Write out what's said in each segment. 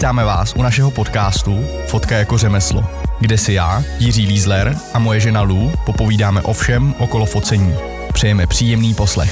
Vítáme vás u našeho podcastu Fotka jako řemeslo, kde si já, Jiří Lízler a moje žena Lou popovídáme o všem okolo focení. Přejeme příjemný poslech.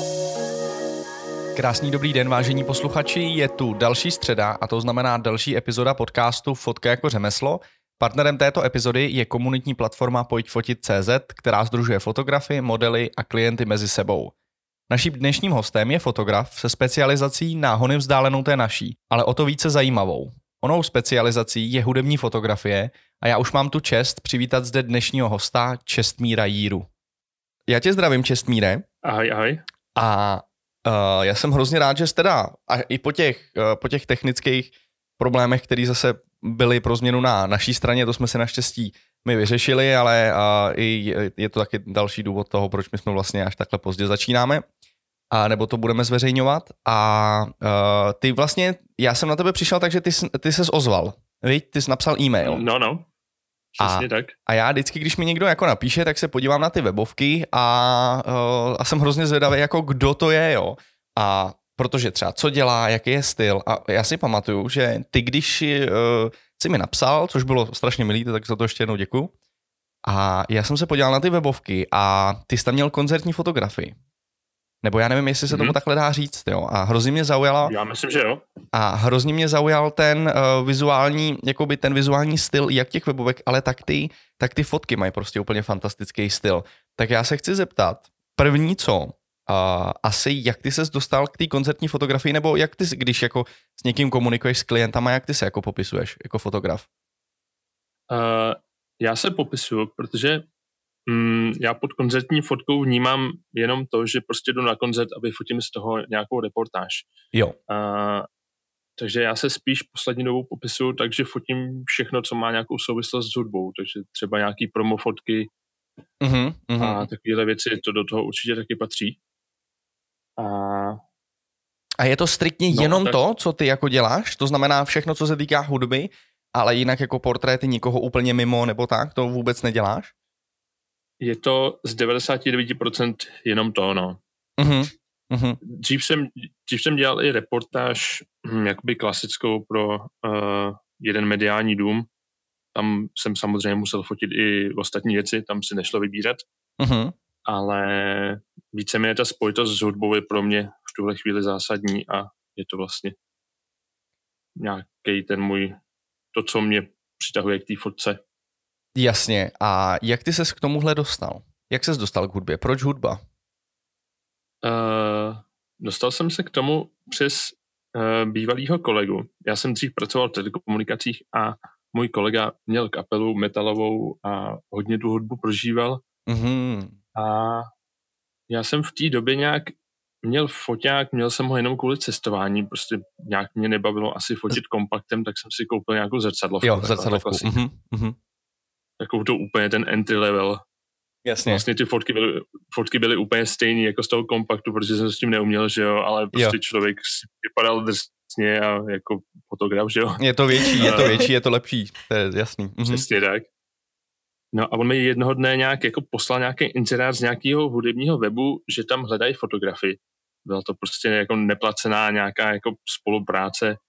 Krásný dobrý den, vážení posluchači, je tu další středa a to znamená další epizoda podcastu Fotka jako řemeslo. Partnerem této epizody je komunitní platforma Pojďfotit.cz, která sdružuje fotografy, modely a klienty mezi sebou. Naším dnešním hostem je fotograf se specializací na hony vzdálenou té naší, ale o to více zajímavou. Onou specializací je hudební fotografie a já už mám tu čest přivítat zde dnešního hosta Čestmíra Jíru. Já tě zdravím, Čestmíre. Ahoj, ahoj. A já jsem hrozně rád, že jste teda, a i po těch technických problémech, které zase byly pro změnu na naší straně, to jsme se naštěstí my vyřešili, ale je to taky další důvod toho, proč my jsme vlastně až takhle pozdě začínáme, nebo to budeme zveřejňovat. A ty vlastně, já jsem na tebe přišel, takže ty ses ozval, viď? Ty jsi napsal e-mail. No, přesně tak. A já vždycky, když mi někdo jako napíše, tak se podívám na ty webovky a jsem hrozně zvědavý, jako kdo to je, jo. A protože třeba co dělá, jaký je styl. A já si pamatuju, že ty, když jsi mi napsal, což bylo strašně milý, tak za to ještě jednou děkuju. A já jsem se podíval na ty webovky a ty jsi tam měl koncertní fotografii. Nebo já nevím, jestli se tomu takhle dá říct, jo. A hrozně mě zaujala. Já myslím, že jo. A hrozně mě zaujal ten vizuální styl jak těch webovek, ale tak ty fotky mají prostě úplně fantastický styl. Tak já se chci zeptat, první co, asi jak ty ses dostal k té koncertní fotografii, nebo jak ty, když jako s někým komunikuješ s klientama, jak ty se jako popisuješ jako fotograf? Já se popisuju, protože já pod koncertní fotkou vnímám jenom to, že prostě jdu na koncert a vyfotím z toho nějakou reportáž. Jo. Takže já se spíš poslední dobou popisuju, takže fotím všechno, co má nějakou souvislost s hudbou, takže třeba nějaký promo fotky a takovéhle věci, to do toho určitě taky patří. A je to striktně jenom tak to, co ty jako děláš? To znamená všechno, co se týká hudby, ale jinak jako portréty nikoho úplně mimo nebo tak, to vůbec neděláš? Je to z 99% jenom to, no. Dřív jsem dělal i reportáž jakoby klasickou pro jeden mediální dům. Tam jsem samozřejmě musel fotit i ostatní věci, tam si nešlo vybírat. Ale víceméně ta spojitost s hudbou je pro mě v tuhle chvíli zásadní a je to vlastně nějaký ten to, co mě přitahuje k té fotce. Jasně. A jak ty ses k tomuhle dostal? Jak ses dostal k hudbě? Proč hudba? Dostal jsem se k tomu přes bývalýho kolegu. Já jsem dřív pracoval v telekomunikacích a můj kolega měl kapelu metalovou a hodně tu hudbu prožíval. A já jsem v té době nějak měl foťák, měl jsem ho jenom kvůli cestování, prostě nějak mě nebavilo asi fotit kompaktem, tak jsem si koupil nějakou zrcadlovku. Jo, zrcadlovku. Takovou to úplně ten entry level. Jasně. Vlastně ty fotky byly úplně stejný jako z toho kompaktu, protože jsem s tím neuměl, že jo, ale prostě člověk si vypadal drsně a jako fotograf, že jo. Je to větší, je to lepší, to je jasný. Přesně tak. No a on mi jednoho dne nějak jako poslal nějaký inzerát z nějakého hudebního webu, že tam hledají fotografii. Byla to prostě jako neplacená nějaká jako spolupráce.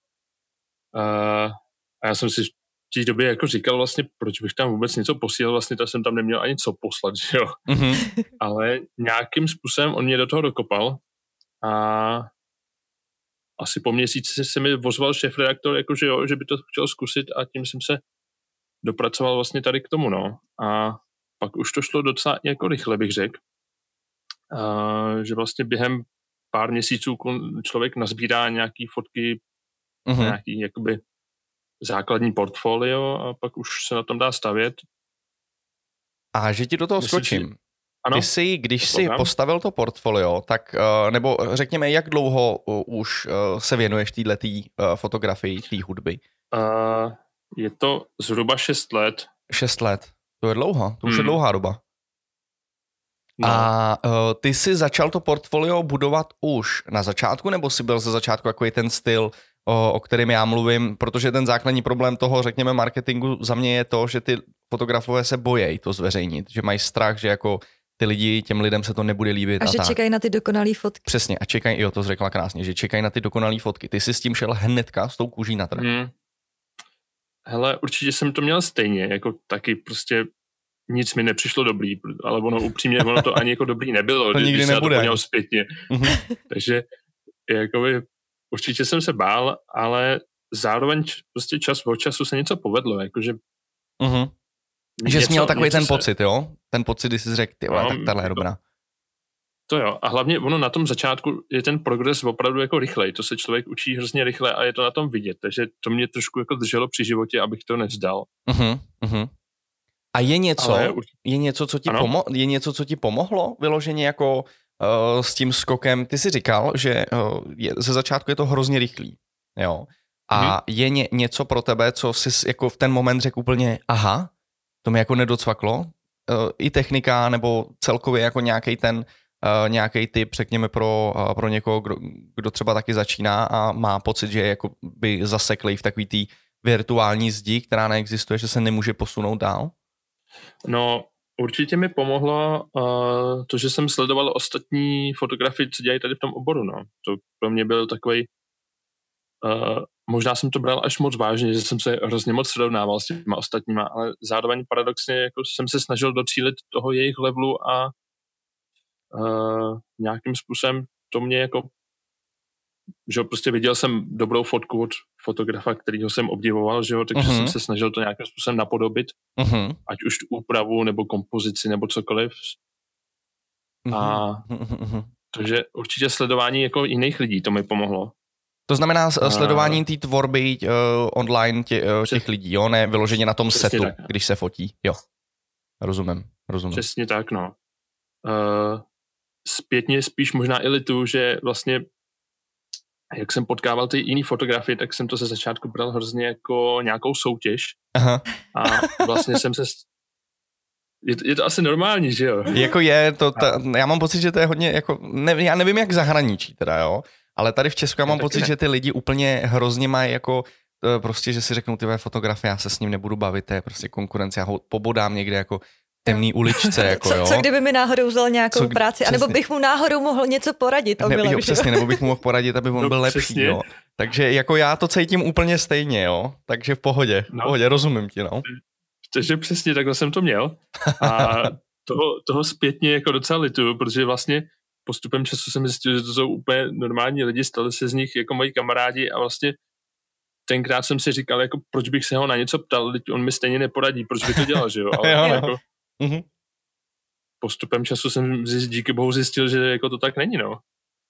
A já jsem si v té době jako říkal vlastně, proč bych tam vůbec něco posílal, vlastně to jsem tam neměl ani co poslat, že jo. Ale nějakým způsobem on mě do toho dokopal a asi po měsíci se mi ozval šéfredaktor, jako že jo, že by to chtěl zkusit a tím jsem se dopracoval vlastně tady k tomu, no. A pak už to šlo docela jako rychle, bych řekl. Že vlastně během pár měsíců člověk nazbírá nějaký fotky, nějaký jakoby základní portfolio a pak už se na tom dá stavět. A že ti do toho skočím. Ano, ty jsi, když jsi postavil to portfolio, tak, nebo řekněme, jak dlouho už se věnuješ téhletý fotografii, té hudby? Je to zhruba 6 let. 6 let, to je dlouho, to už je dlouhá doba. No. A ty jsi začal to portfolio budovat už na začátku, nebo jsi byl ze začátku jako ten styl, o kterém já mluvím, protože ten základní problém toho, řekněme, marketingu za mě je to, že ty fotografové se bojejí to zveřejnit, že mají strach, že jako těm lidem se to nebude líbit. A že čekají na ty dokonalé fotky. Přesně, a čekají, jo, to jsi řekla krásně, že čekají na ty dokonalé fotky. Ty jsi s tím šel hnedka s tou kůží na trh. Hele, určitě jsem to měl stejně, jako taky prostě nic mi nepřišlo dobrý, ale upřímně, ono to ani jako dobrý nebylo, to nikdy nebude. Já to zpětně. Takže jakoby určitě jsem se bál, ale zároveň prostě čas od času se něco povedlo, jakože že jsi měl takový ten pocit, jo? Ten pocit, kdy jsi řekl, tak tahle je dobrá. To jo, a hlavně ono na tom začátku je ten progres opravdu jako rychlej, to se člověk učí hrozně rychle a je to na tom vidět, takže to mě trošku jako drželo při životě, abych to nevzdal. A je něco, co ti pomohlo vyloženě jako s tím skokem? Ty jsi říkal, že ze začátku je to hrozně rychlý, jo? A je něco pro tebe, co jsi jako v ten moment řekl úplně, aha, to mi jako nedocvaklo? I technika nebo celkově jako nějaký tip, řekněme, pro někoho, kdo třeba taky začíná a má pocit, že je jako by zaseklý v takový té virtuální zdi, která neexistuje, že se nemůže posunout dál? No, určitě mi pomohlo to, že jsem sledoval ostatní fotografii, co dělají tady v tom oboru, no. To pro mě byl takovej, možná jsem to bral až moc vážně, že jsem se hrozně moc srovnával s těma ostatníma, ale zároveň paradoxně jako jsem se snažil docílit toho jejich levelu a nějakým způsobem to mě jako, že prostě viděl jsem dobrou fotku od fotografa, kterýho jsem obdivoval, že jo, takže jsem se snažil to nějakým způsobem napodobit, ať už tu úpravu nebo kompozici nebo cokoliv. A takže určitě sledování jako jiných lidí, to mi pomohlo. To znamená sledování té tvorby online těch lidí, jo, ne vyloženě na tom setu, tak, když se fotí, jo. Rozumím. Přesně tak, no. Zpětně spíš možná i lituju, že vlastně jak jsem potkával ty jiný fotografie, tak jsem to ze začátku bral hrozně jako nějakou soutěž. Aha. A vlastně jsem se... Je to asi normální, že jo? Jako je, já mám pocit, že to je hodně jako... já nevím, jak v zahraničí teda, jo? Ale tady v Česku já mám pocit, že ty lidi úplně hrozně mají jako... Prostě, že si řeknou, ty fotografie, já se s ním nebudu bavit, to je prostě konkurence, já ho pobodám někde jako temný uličce, jako jo. Co kdyby mi náhodou vzal nějakou práci, anebo bych mu náhodou mohl něco poradit, aby jo, přesně, nebo bych mu mohl poradit, aby on byl lepší, přesně. Jo. Takže jako já to cítím úplně stejně, jo. Takže v pohodě, rozumím ti, no. Takže přesně takhle jsem to měl a toho zpětně jako docela lituju, protože vlastně postupem času jsem zjistil, že to jsou úplně normální lidi, stali se z nich jako moji kamarádi a vlastně tenkrát jsem si říkal, jako proč bych se ho na něco ptal, on mi stejně neporadí, proč by to dělal, že jo. Ale jako postupem času jsem díky bohu zjistil, že jako to tak není, no.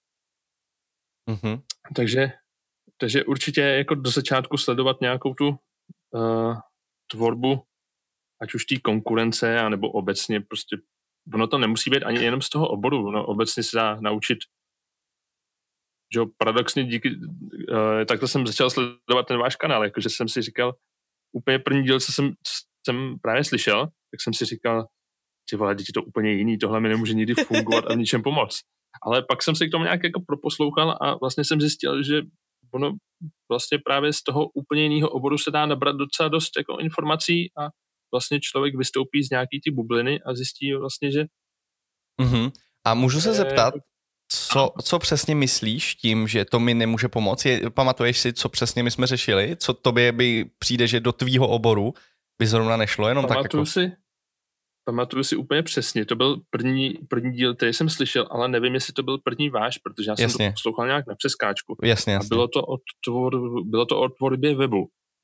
Takže určitě jako do začátku sledovat nějakou tu tvorbu, ať už té konkurence, anebo obecně prostě, ono to nemusí být ani jenom z toho oboru, no obecně se dá naučit, že paradoxně díky, takhle jsem začal sledovat ten váš kanál, jakože jsem si říkal, úplně první díl, co jsem právě slyšel, tak jsem si říkal, ty vole, je to úplně jiný, tohle mi nemůže nikdy fungovat a v ničem pomoct. Ale pak jsem se k tomu nějak jako proposlouchal a vlastně jsem zjistil, že ono vlastně právě z toho úplně jiného oboru se dá nabrat docela dost jako informací a vlastně člověk vystoupí z nějaký ty bubliny a zjistí vlastně, že... A můžu se zeptat, co přesně myslíš tím, že to mi nemůže pomoct? Pamatuješ si, co přesně my jsme řešili? Co tobě by přijde, že do tvýho oboru by zrovna nešlo? Jenom Pamatuju si úplně přesně. To byl první díl, který jsem slyšel, ale nevím, jestli to byl první váš, protože já jsem to poslouchal nějak na přeskáčku. Jasně. A bylo to o tvorbě webu.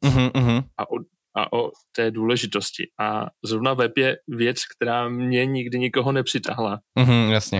A o té důležitosti. A zrovna web je věc, která mě nikdy nikoho nepřitahla. Jasně.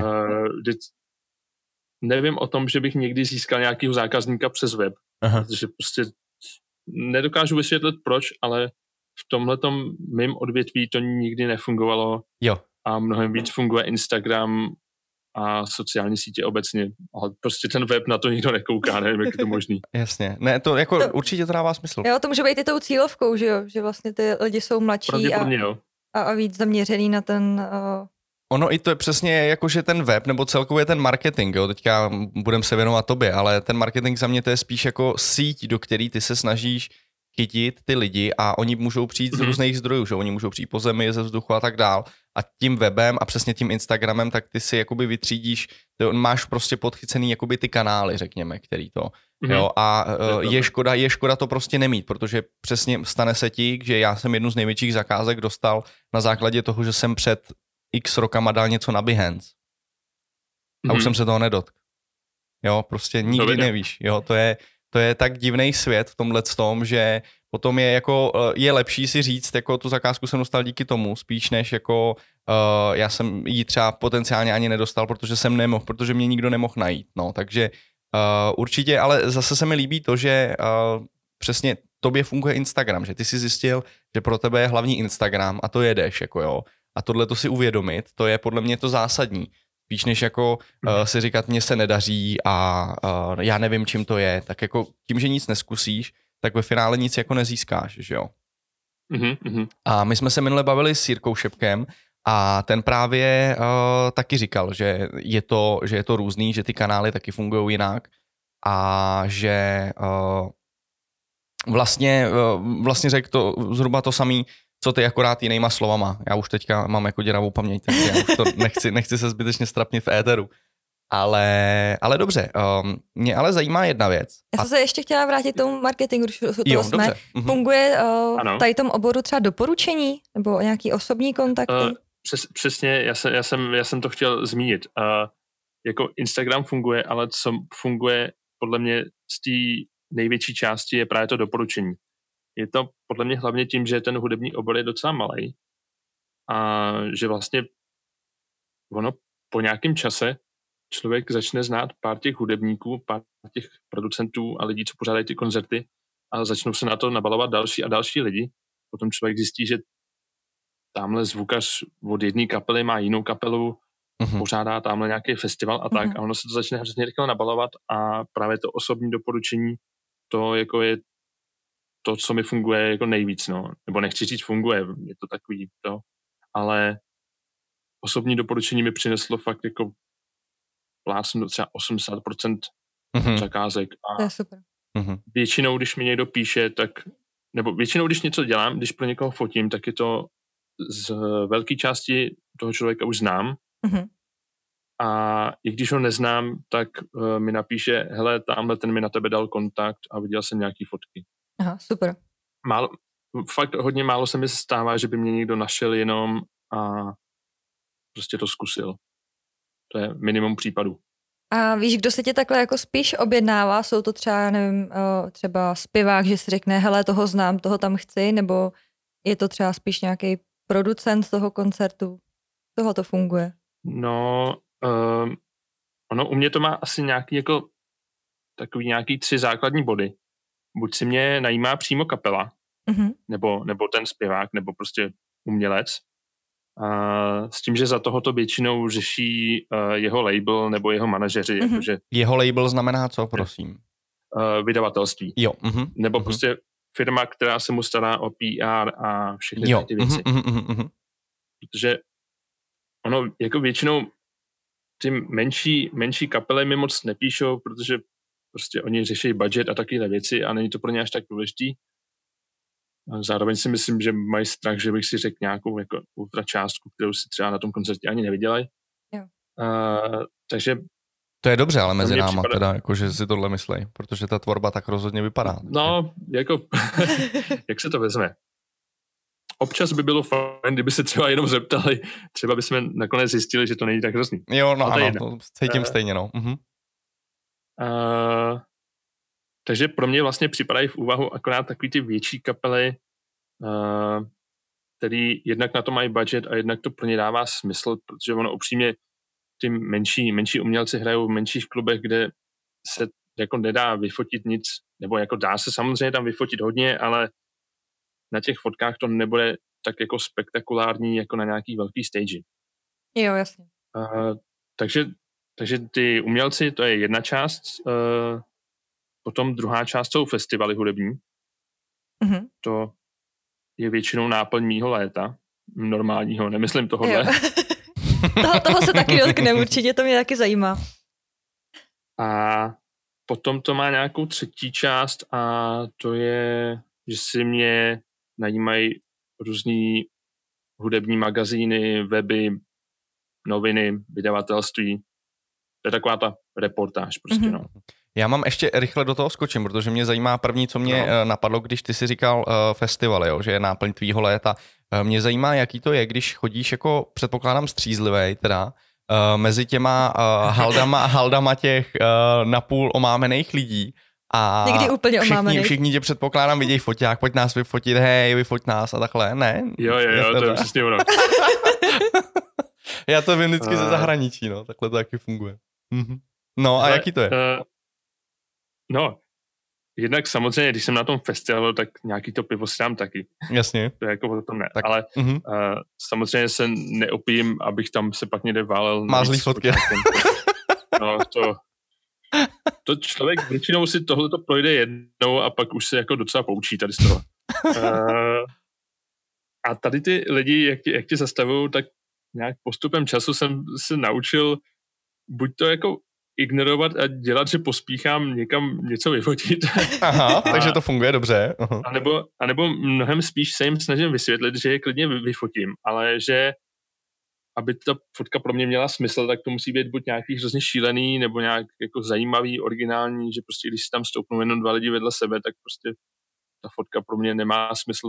Nevím o tom, že bych někdy získal nějakého zákazníka přes web. Protože prostě nedokážu vysvětlit proč, ale v tomhletom mým odvětví to nikdy nefungovalo. Jo. A mnohem víc funguje Instagram a sociální sítě obecně. Ale prostě ten web na to nikdo nekouká, nevím, jak je to možný. Jasně. Ne, to jako určitě to dává smysl. Jo, to může být i tou cílovkou, že jo? Že vlastně ty lidi jsou mladší a víc zaměřený na ten... Ono i to je přesně jako, že ten web, nebo celkově ten marketing, jo, teďka budem se věnovat tobě, ale ten marketing za mě to je spíš jako síť, do který ty se snažíš chytit ty lidi a oni můžou přijít z různých zdrojů, že oni můžou přijít po zemi, ze vzduchu a tak dál. A tím webem a přesně tím Instagramem, tak ty si jakoby vytřídíš, máš prostě podchycený jakoby ty kanály, řekněme, který to Jo, a je škoda to prostě nemít, protože přesně stane se ti, že já jsem jednu z největších zakázek dostal na základě toho, že jsem před x rokama dal něco na Behance. A už jsem se toho nedotkl. Jo, prostě nikdy nevíš. Jo, to je tak divný svět v tomhletom, že potom je lepší si říct, jako tu zakázku jsem dostal díky tomu, spíš než jako já jsem ji třeba potenciálně ani nedostal, protože jsem nemohl, protože mě nikdo nemohl najít. No, takže určitě, ale zase se mi líbí to, že přesně tobě funguje Instagram, že ty si zjistil, že pro tebe je hlavní Instagram a to jedeš, jako jo. A tohle to si uvědomit, to je podle mě to zásadní. Spíš než jako si říkat, mně se nedaří a já nevím, čím to je, tak jako tím, že nic neskusíš, tak ve finále nic jako nezískáš, že jo. A my jsme se minule bavili s Jirkou Šepkem a ten právě taky říkal, že je to různý, že ty kanály taky fungují jinak a že vlastně řekl to zhruba to samý, co ty, akorát jinýma slovama. Já už teďka mám jako děravou paměť, takže já už to nechci se zbytečně strapnit v éteru. Ale dobře, mě ale zajímá jedna věc. Já jsem se ještě chtěla vrátit k tomu marketingu, když toho jsme. Funguje tady tom oboru třeba doporučení nebo nějaký osobní kontakty? Přesně, já jsem to chtěl zmínit. Jako Instagram funguje, ale co funguje podle mě z té největší části je právě to doporučení. Je to podle mě hlavně tím, že ten hudební obor je docela malej a že vlastně ono po nějakém čase člověk začne znát pár těch hudebníků, pár těch producentů a lidí, co pořádají ty koncerty a začnou se na to nabalovat další a další lidi. Potom člověk zjistí, že tamhle zvukař od jedné kapely má jinou kapelu, pořádá tamhle nějaký festival a tak a ono se to začne hrozně rychle nabalovat a právě to osobní doporučení, to jako je to, co mi funguje jako nejvíc, no. Nebo nechci říct funguje, je to takový to, ale osobní doporučení mi přineslo fakt jako plácnu třeba 80% zakázek. A to je super. většinou, když mi někdo píše, nebo většinou, když něco dělám, když pro někoho fotím, tak je to z velké části toho člověka už znám. A i když ho neznám, tak mi napíše, hele, tamhle ten mi na tebe dal kontakt a viděl jsem nějaký fotky. Aha, super. Fakt hodně málo se mi stává, že by mě někdo našel jenom a prostě to zkusil. To je minimum případů. A víš, kdo se tě takhle jako spíš objednává? Jsou to třeba, nevím, třeba zpěvák, že si řekne, hele, toho znám, toho tam chci, nebo je to třeba spíš nějaký producent toho koncertu? Toho to funguje? No, ono u mě to má asi nějaký jako takový nějaký 3 základní body. Buď si mě najímá přímo kapela, nebo ten zpěvák, nebo prostě umělec. S tím, že za tohoto většinou řeší jeho label nebo jeho manažeři. Jakože, jeho label znamená co, prosím? Vydavatelství. Jo. Nebo prostě firma, která se mu stará o PR a všechny ty věci. Protože ono jako většinou ty menší kapely mi moc nepíšou, protože prostě oni řeší budget a takové věci a není to pro ně až tak důležitý. Zároveň si myslím, že mají strach, že bych si řekl nějakou jako ultra částku, kterou si třeba na tom koncertě ani nevydělají. Takže to je dobře, ale mezi náma teda, jako, že si tohle myslej, protože ta tvorba tak rozhodně vypadá. No, jako, jak se to vezme? Občas by bylo fajn, kdyby se třeba jenom zeptali, třeba bychom nakonec zjistili, že to není tak hrozný. Jo, no ano, to cítím stejně, no. Takže pro mě vlastně připadají v úvahu akorát takový ty větší kapely, který jednak na to mají budget a jednak to pro ně dává smysl, protože ono upřímně ty menší umělci hrajou v menších klubech, kde se jako nedá vyfotit nic, nebo jako dá se samozřejmě tam vyfotit hodně, ale na těch fotkách to nebude tak jako spektakulární jako na nějaký velký stage. Jo, jasně. Takže ty umělci, to je jedna část, potom druhá část jsou festivaly hudební. To je většinou náplň mýho léta, normálního, nemyslím tohohle. toho se taky dotknem, určitě to mě taky zajímá. A potom to má nějakou třetí část a to je, že si mě najímají různý hudební magazíny, weby, noviny, vydavatelství. To je taková ta reportáž prostě, no. Já mám ještě rychle do toho skočím, protože mě zajímá první, co mě napadlo, když ty si říkal festivaly, jo, že je náplň tvýho léta. Mě zajímá, jaký to je, když chodíš jako, předpokládám, střízlivej teda, mezi těma haldama těch napůl omámených lidí. A někdy úplně omámených. Všichni tě předpokládám, vidějí foťák, pojď nás vyfotit, hej, vyfoť nás a takhle, ne? Jo, to je přesně ono. Já to vím vždycky ze zahraničí, no, takhle to taky funguje. No a jaký to je? No, jednak samozřejmě, když jsem na tom festivalu, tak nějaký to pivo si dám taky. Jasně. To je jako o tom ne. Tak, ale samozřejmě se neopijím, abych tam se pak někde válel. Mázlý fotky. No, to člověk většinou si tohleto projde jednou a pak už se jako docela poučí tady z toho. A tady ty lidi, jak tě zastavují, tak nějak postupem času jsem se naučil buď to jako ignorovat a dělat, že pospíchám někam něco vyfotit. Aha, takže to funguje dobře. A nebo mnohem spíš se jim snažím vysvětlit, že je klidně vyfotím, ale že aby ta fotka pro mě měla smysl, tak to musí být buď nějaký hrozně šílený, nebo nějak jako zajímavý, originální, že prostě když si tam stoupnou jenom dva lidi vedle sebe, tak prostě ta fotka pro mě nemá smysl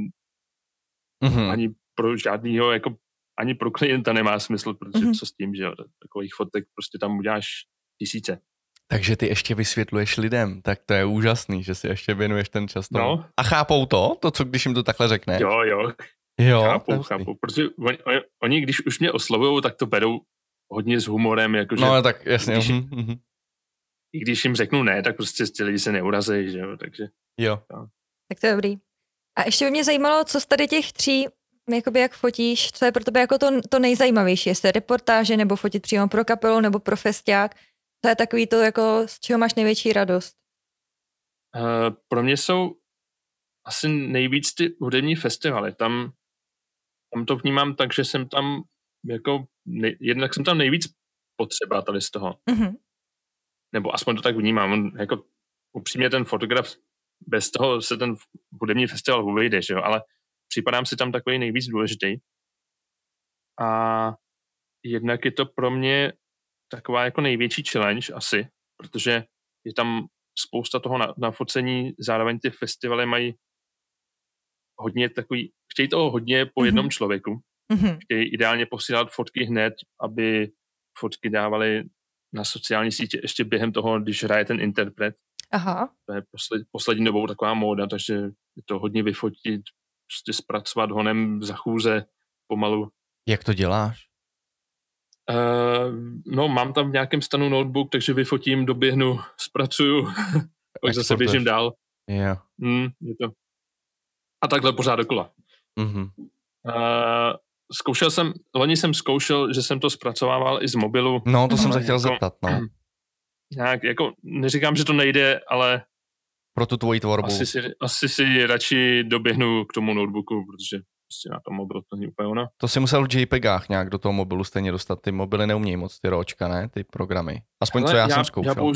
ani pro žádnýho, jako ani pro klienta nemá smysl, protože co s tím, že jo, takových fotek prostě tam uděláš tisíce. Takže ty ještě vysvětluješ lidem, tak to je úžasný, že si ještě věnuješ ten čas tomu. No. A chápou to, co když jim to takhle řekne? Jo, chápou, protože oni, když už mě oslovujou, tak to berou hodně s humorem, jakože... No, tak jasně. I když jim řeknu ne, tak prostě ty lidi se neurazí, že jo, takže... Jo. No. Tak to je dobrý. A ještě by mě zajímalo, co z tady těch tří, jakoby jak fotíš, co je pro tebe jako to nejzajímavější, jestli reportáže, nebo fotit přímo pro kapelu, nebo pro festiák, to je takový to, jako z čeho máš největší radost? Pro mě jsou asi nejvíc ty hudební festivaly. Tam to vnímám tak, že jsem tam jako, jednak jsem tam nejvíc potřeba tady z toho. Nebo aspoň to tak vnímám. On, jako upřímně ten fotograf, bez toho se ten hudební festival uvejde, že jo, ale připadám si tam takový nejvíc důležitý. A jednak je to pro mě taková jako největší challenge asi, protože je tam spousta toho na focení, zároveň ty festivaly mají hodně takový, chtějí toho hodně po jednom člověku. Chtějí ideálně posílat fotky hned, aby fotky dávaly na sociální sítě ještě během toho, když hraje ten interpret. Aha. To je poslední dobou taková móda, takže je to hodně vyfotit, prostě zpracovat honem za chůze pomalu. Jak to děláš? No, mám tam v nějakém stanu notebook, takže vyfotím, doběhnu, zpracuju, pak zase běžím dál. Yeah. Je to. A takhle pořád dokola. Loni jsem zkoušel, že jsem to zpracovával i z mobilu. No, to jsem se chtěl zeptat, no. Nějak, jako, neříkám, že to nejde, ale pro tu tvoji tvorbu. Asi si radši doběhnu k tomu notebooku, protože prostě na tom mobilu to není úplně ono. To si musel v JPEGách nějak do toho mobilu stejně dostat. Ty mobily neumějí moc ty ročka, ne? Ty programy. Aspoň ale co já jsem zkoušel.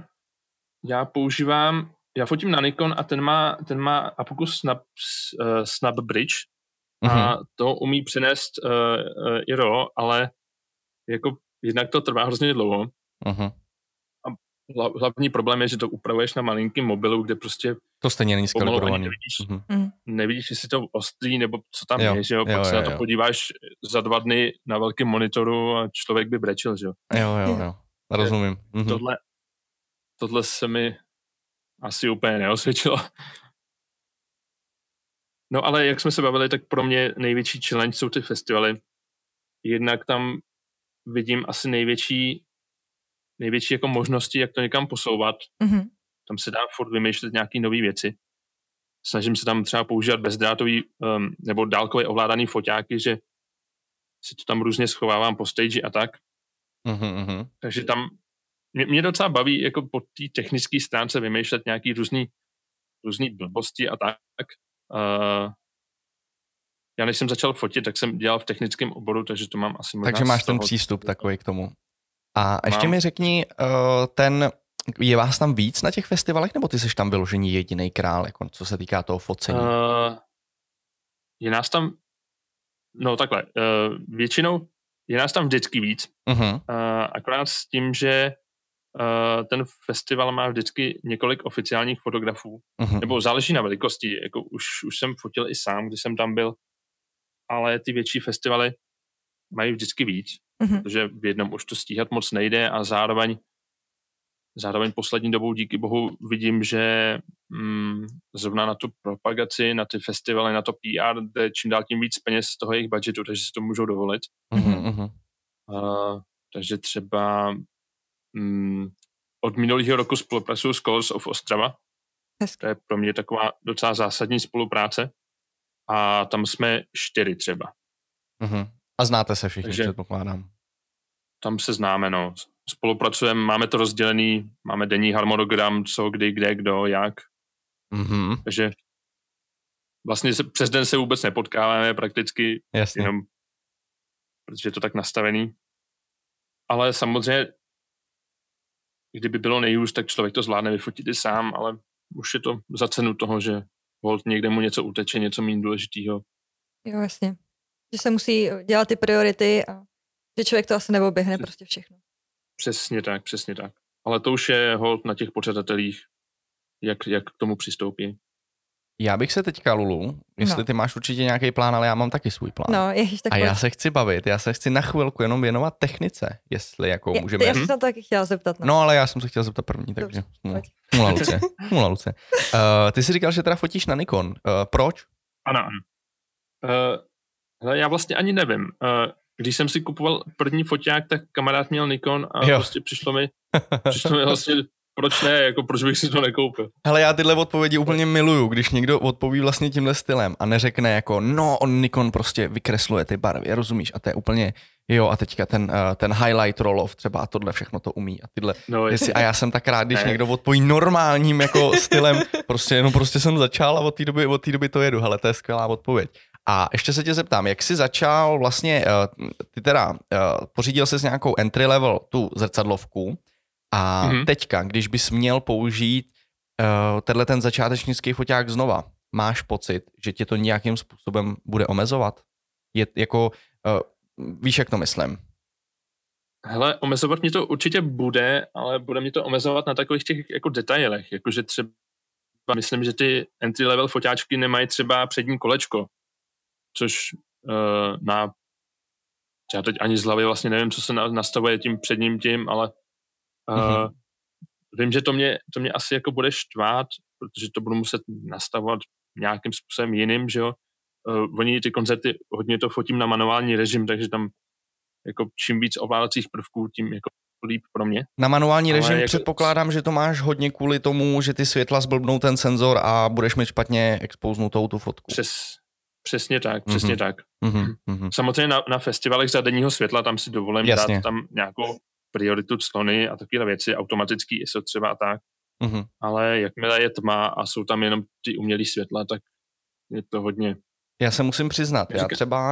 Já fotím na Nikon a ten má apku Snap Bridge a to umí přenést i RAW, ale jako jednak to trvá hrozně dlouho. Hlavní problém je, že to upravuješ na malinkém mobilu, kde prostě to stejně není skalibrovaný. Nevidíš, jestli to ostrý, nebo co tam je, že jo? Pak se na to podíváš za 2 dny na velkém monitoru a člověk by brečel, že jo? Jo. Rozumím. Tohle se mi asi úplně neosvědčilo. No ale jak jsme se bavili, tak pro mě největší challenge jsou ty festivaly. Jednak tam vidím asi největší jako možnosti, jak to někam posouvat. Tam se dá furt vymýšlet nějaký nové věci. Snažím se tam třeba používat bezdrátový nebo dálkově ovládaný foťáky, že si to tam různě schovávám po stage a tak. Takže tam mě docela baví jako po té technické stránce vymýšlet nějaký různý blbosti a tak. Já než jsem začal fotit, tak jsem dělal v technickém oboru, takže to mám asi možná. Takže máš ten přístup takový k tomu. A ještě mi řekni, je vás tam víc na těch festivalech, nebo ty jsi tam vyložený jedinej král, jako co se týká toho focení? Je nás tam, no takhle, většinou je nás tam vždycky víc, akorát s tím, že ten festival má vždycky několik oficiálních fotografů, nebo záleží na velikosti, jako už jsem fotil i sám, když jsem tam byl, ale ty větší festivaly mají vždycky víc, protože v jednom už to stíhat moc nejde a zároveň poslední dobou díky bohu vidím, že zrovna na tu propagaci, na ty festivaly, na to PR jde čím dál tím víc peněz z toho jejich budgetu, takže si to můžou dovolit. Takže třeba od minulého roku spolupracuju s Colors of Ostrava. To je pro mě taková docela zásadní spolupráce. A tam jsme 4 třeba. A znáte se všichni, předpokládám. Tam se známe, no. Spolupracujeme, máme to rozdělený, máme denní harmonogram, co, kdy, kde, kdo, jak. Takže vlastně přes den se vůbec nepotkáváme prakticky. Jasně. Jenom protože je to tak nastavený. Ale samozřejmě, kdyby bylo nejhůř, tak člověk to zvládne vyfotit i sám, ale už je to za cenu toho, že holt někde mu něco uteče, něco méně důležitýho. Jo, jasně. Že se musí dělat ty priority a že člověk to asi neoběhne prostě všechno. Přesně tak. Ale to už je holt na těch pořadatelích, jak k tomu přistoupí. Já bych se teďka, Lulu, jestli ty máš určitě nějaký plán, ale já mám taky svůj plán. No, tak a já se chci bavit, já se chci na chvilku jenom věnovat technice, jestli jako můžeme. Já jsem se to taky chtěla zeptat. No, ale já jsem se chtěla zeptat první, takže nula Luce. Ty jsi říkal, že teda fotíš na Nikon. Proč? Ano. Já vlastně ani nevím. Když jsem si kupoval první foťák, tak kamarád měl Nikon a prostě přišlo mi vlastně, proč ne, jako proč bych si to nekoupil. Hele, já tyhle odpovědi úplně miluju, když někdo odpoví vlastně tímhle stylem a neřekne jako, no, on Nikon prostě vykresluje ty barvy, rozumíš, a to je úplně, a teďka ten highlight roll-off třeba a tohle všechno to umí a tyhle věci. A já jsem tak rád, když někdo odpoví normálním jako stylem, prostě jsem začal a od té doby to jedu, hele, to je skvělá odpověď. A ještě se tě zeptám, jak jsi začal vlastně, ty teda pořídil jsi nějakou entry level tu zrcadlovku a teďka, když bys měl použít ten začátečnický foťák znova, máš pocit, že tě to nějakým způsobem bude omezovat? Je jako, víš, jak to myslím? Hele, omezovat mě to určitě bude, ale bude mě to omezovat na takových těch jako detailech, jakože třeba myslím, že ty entry level foťáčky nemají třeba přední kolečko, což já teď ani z hlavy vlastně nevím, co se nastavuje tím předním tím, ale vím, že to mě asi jako bude štvát, protože to budu muset nastavovat nějakým způsobem jiným, že jo. Oni ty koncerty hodně to fotím na manuální režim, takže tam jako čím víc ovládacích prvků, tím jako líp pro mě. Na manuální režim jako předpokládám, že to máš hodně kvůli tomu, že ty světla zblbnou ten senzor a budeš mít špatně expoznutou tu fotku. Přesně tak. Samozřejmě na festivalech za denního světla tam si dovolím dát tam nějakou prioritu clony a takové věci, automatický ISO třeba a tak. Ale jakmile je tma a jsou tam jenom ty umělý světla, tak je to hodně. Já se musím přiznat, já třeba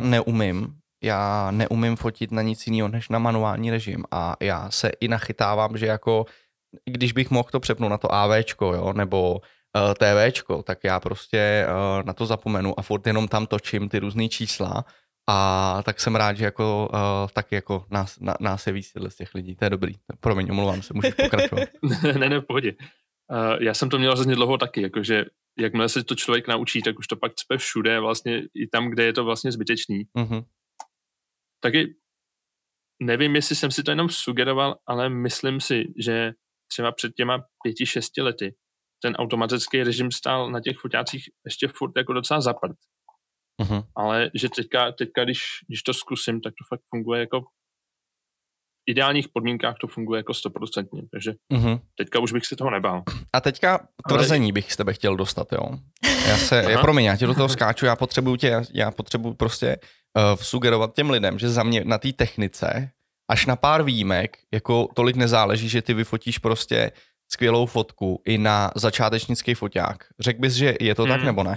neumím fotit na nic jiného než na manuální režim a já se i nachytávám, že jako když bych mohl to přepnout na to AVčko, jo, nebo TVčko, tak já prostě na to zapomenu a furt jenom tam točím ty různý čísla a tak jsem rád, že jako taky jako nás je víc z těch lidí, to je dobrý. Promiň, omlouvám se, můžeš pokračovat. ne, v pohodě. Já jsem to měl hrozně dlouho taky, jakože jakmile se to člověk naučí, tak už to pak cpe všude, vlastně i tam, kde je to vlastně zbytečný. Taky nevím, jestli jsem si to jenom sugeroval, ale myslím si, že třeba před těma 5-6 lety ten automatický režim stál na těch foťácích ještě furt jako docela zaprt. Ale že teďka když to zkusím, tak to fakt funguje jako v ideálních podmínkách to funguje jako 100%, takže teďka už bych si toho nebál. A teďka tvrzení bych s tebe chtěl dostat, jo? Promiň, já tě do toho skáču, já potřebuji prostě sugerovat těm lidem, že za mě na té technice až na pár výjimek jako tolik nezáleží, že ty vyfotíš prostě skvělou fotku i na začátečnický foťák. Řekl bys, že je to tak nebo ne?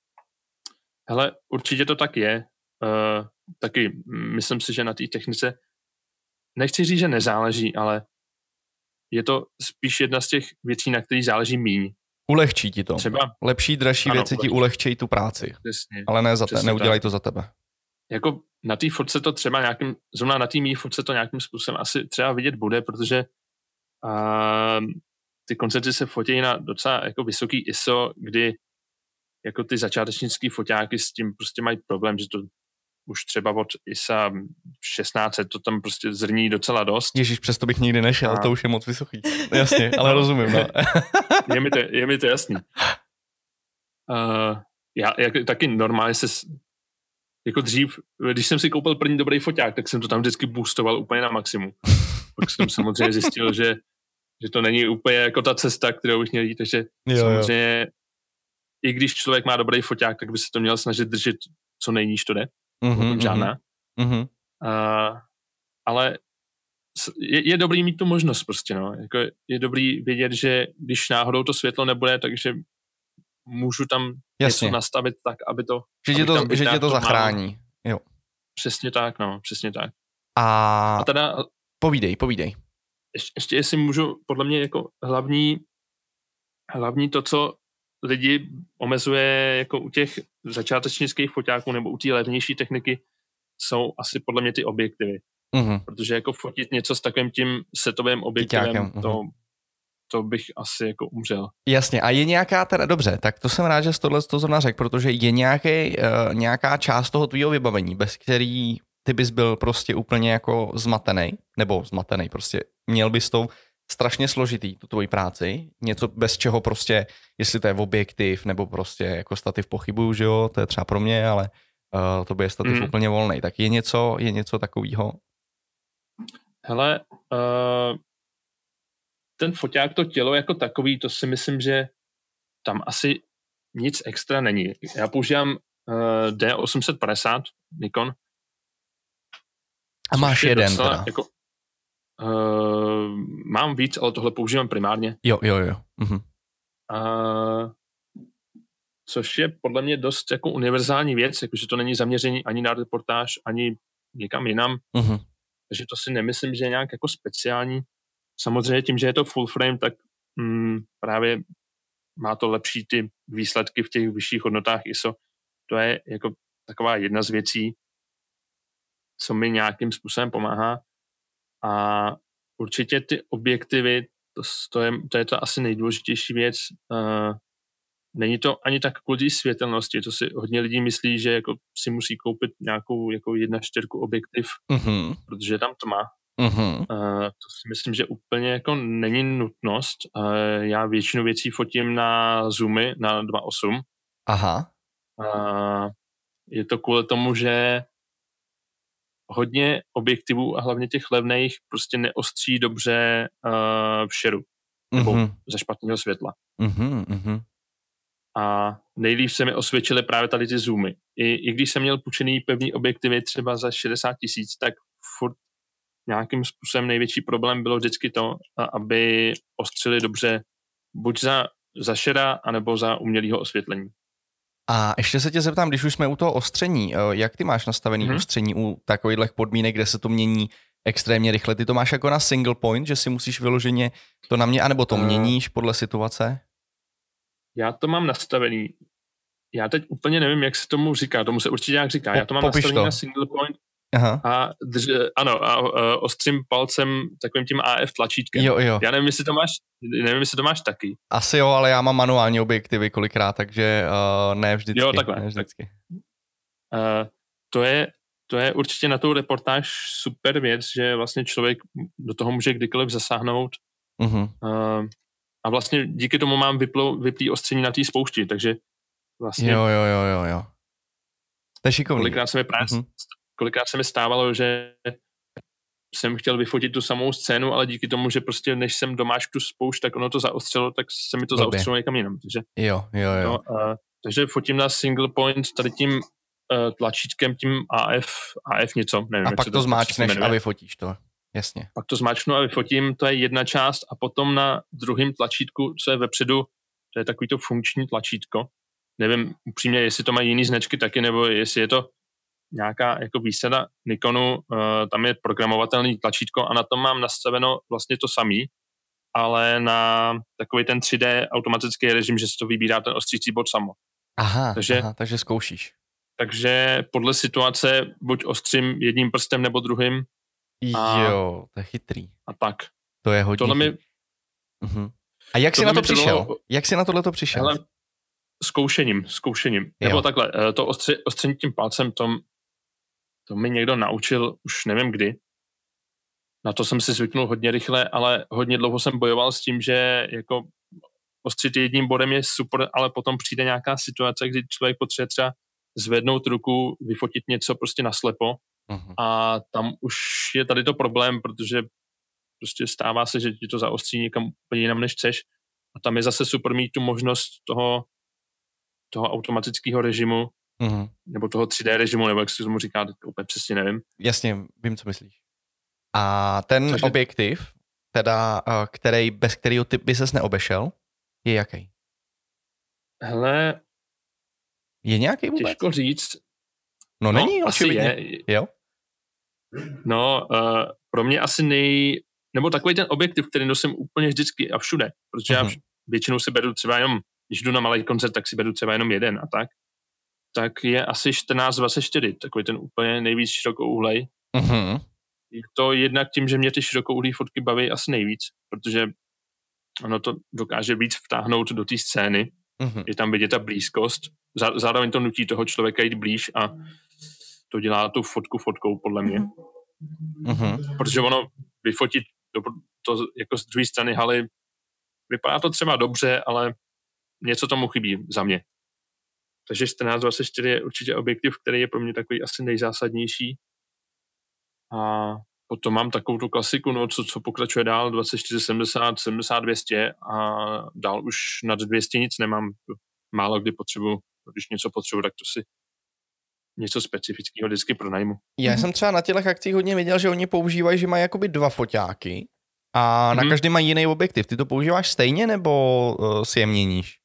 Hele, určitě to tak je. Taky myslím si, že na té technice nechci říct, že nezáleží, ale je to spíš jedna z těch věcí, na kterých záleží míň. Ulehčí ti to. Třeba lepší, dražší věci ti ulehčí tu práci. Přesně, ale ne neudělaj to za tebe. Jako na té fotce to třeba zrovna na té mý fotce to nějakým způsobem asi třeba vidět bude, protože A ty koncerty se fotí na docela jako vysoký ISO, kdy jako ty začátečnický foťáky s tím prostě mají problém, že to už třeba od ISA 1600 to tam prostě zrní docela dost. Ježíš, přesto bych nikdy nešel, to už je moc vysoký. Jasně, ale rozumím, no. je mi to jasný. Já taky normálně jako dřív, když jsem si koupil první dobrý foťák, tak jsem to tam vždycky boostoval úplně na maximum. Pak jsem samozřejmě zjistil, že to není úplně jako ta cesta, kterou bych měl jít, takže samozřejmě i když člověk má dobrý foťák, tak by se to měl snažit držet co nejníž to jde. Žádná. Ale je dobrý mít tu možnost prostě, no. Jako je dobrý vědět, že když náhodou to světlo nebude, takže můžu tam něco nastavit tak, aby to... Že tě to zachrání. Jo. Přesně tak, no, přesně tak. A teda... Povídej. Ještě jestli můžu, podle mě jako hlavní to, co lidi omezuje jako u těch začátečnických foťáků nebo u té levnější techniky, jsou asi podle mě ty objektivy. Protože jako fotit něco s takovým tím setovým objektivem, to bych asi jako umřel. Jasně, a je nějaká teda, dobře, tak to jsem rád, že jsi tohle zrovna řekl, protože je nějaká část toho tvýho vybavení, bez který ty bys byl prostě úplně jako zmatený, prostě měl bys to strašně složitý, tu tvoji práci, něco bez čeho prostě, jestli to je objektiv, nebo prostě jako stativ pochybuju, že jo, to je třeba pro mě, ale to by je stativ úplně volnej. Tak je něco takového? Hele, ten foťák, to tělo jako takový, to si myslím, že tam asi nic extra není. Já používám D850 Nikon. A máš jeden teda? Jako, mám víc, ale tohle používám primárně. Jo. Což je podle mě dost jako univerzální věc, jakože to není zaměření ani na reportáž, ani někam jinam. Takže to si nemyslím, že je nějak jako speciální. Samozřejmě tím, že je to full frame, tak právě má to lepší ty výsledky v těch vyšších hodnotách ISO. To je jako taková jedna z věcí, co mi nějakým způsobem pomáhá. A určitě ty objektivy, to je to asi nejdůležitější věc. Není to ani tak kvůli světelnosti, to si hodně lidí myslí, že jako si musí koupit nějakou jako 1.4 objektiv, protože je tam tma. To si myslím, že úplně jako není nutnost. Já většinu věcí fotím na zoomy na 2.8. Aha. Je to kvůli tomu, že hodně objektivů a hlavně těch levných prostě neostří dobře v šeru nebo ze špatného světla. A nejlíp se mi osvědčily právě tady ty zoomy. I když jsem měl půjčený pevný objektivy třeba za 60 000, tak furt nějakým způsobem největší problém bylo vždycky to, aby ostřili dobře buď za šera, anebo za umělého osvětlení. A ještě se tě zeptám, když už jsme u toho ostření, jak ty máš nastavený ostření u takových podmínek, kde se to mění extrémně rychle? Ty to máš jako na single point, že si musíš vyloženě to na mě, anebo to měníš podle situace? Já to mám nastavený. Já teď úplně nevím, jak se tomu říká. Tomu se určitě nějak říká. Já to mám nastavený na single point. Aha. A ostřím palcem takovým tím AF tlačítkem. Jo. Já nevím, jestli to máš taky. Asi jo, ale já mám manuální objektivy kolikrát, takže ne vždycky. Jo, takhle. Ne vždycky. To je určitě na tou reportáž super věc, že vlastně člověk do toho může kdykoliv zasáhnout. A vlastně díky tomu mám vyplý ostření na té spoušti, takže vlastně... Jo. To je šikovný. Kolikrát se mi stávalo, že jsem chtěl vyfotit tu samou scénu, ale díky tomu, že prostě než jsem domáš tu spoušť, tak ono to zaostřilo, tak se mi to zaostřilo někam jinam. Takže, jo. Takže fotím na single point tady tím tlačítkem, tím AF něco. Nevím, a pak to zmáčkneš a vyfotíš to. Jasně. Pak to zmáčknu a vyfotím, to je jedna část a potom na druhém tlačítku, co je vepředu, to je takový to funkční tlačítko. Nevím upřímně, jestli to mají jiný značky taky, nebo jestli je to nějaká jako výsada Nikonu, tam je programovatelný tlačítko a na tom mám nastaveno vlastně to samý, ale na takový ten 3D automatický režim, že se to vybírá ten ostřící bod samo. Takže zkoušíš. Takže podle situace buď ostřím jedním prstem nebo druhým. Jo, to je chytrý. A tak. To je hodně. Uh-huh. A jak jsi na to přišel? Jak jsi na tohleto přišel? Hele, zkoušením. Jo. Nebo takhle, to ostření tím palcem, to mi někdo naučil už nevím kdy. Na to jsem si zvyknul hodně rychle, ale hodně dlouho jsem bojoval s tím, že jako ostřit jedním bodem je super, ale potom přijde nějaká situace, kdy člověk potřebuje třeba zvednout ruku, vyfotit něco prostě naslepo a tam už je tady to problém, protože prostě stává se, že ti to zaostří někam úplně jinam, než chceš. A tam je zase super mít tu možnost toho automatického režimu, nebo toho 3D režimu, nebo jak se tomu říká, úplně přesně nevím. Jasně, vím, co myslíš. A ten objektiv, teda, bez kterého ty by ses neobešel, je jaký? Hele, je nějaký vůbec? Těžko říct. No není, očividně. Jo? No, pro mě asi nebo takový ten objektiv, který nosím úplně vždycky a všude, protože já většinou si beru třeba jenom, když jdu na malý koncert, tak si beru třeba jenom jeden a tak je asi 14-24, takový ten úplně nejvíc širokouhlej. Je to jednak tím, že mě ty širokouhlý fotky baví asi nejvíc, protože ono to dokáže víc vtáhnout do té scény, je tam vidět ta blízkost, zároveň to nutí toho člověka jít blíž a to dělá tu fotku fotkou, podle mě. Protože ono vyfotit to jako z druhé strany haly, vypadá to třeba dobře, ale něco tomu chybí za mě. Takže 14-24 je určitě objektiv, který je pro mě takový asi nejzásadnější. A potom mám takovou tu klasiku, no, co pokračuje dál, 24-70, 70-200 a dál už nad 200 nic nemám. Málo kdy potřebuji, když něco potřebuji, tak to si něco specifického vždycky pronajmu. Já jsem třeba na těch akcích hodně viděl, že oni používají, že mají jakoby 2 foťáky a na každý mají jiný objektiv. Ty to používáš stejně, nebo si je měníš?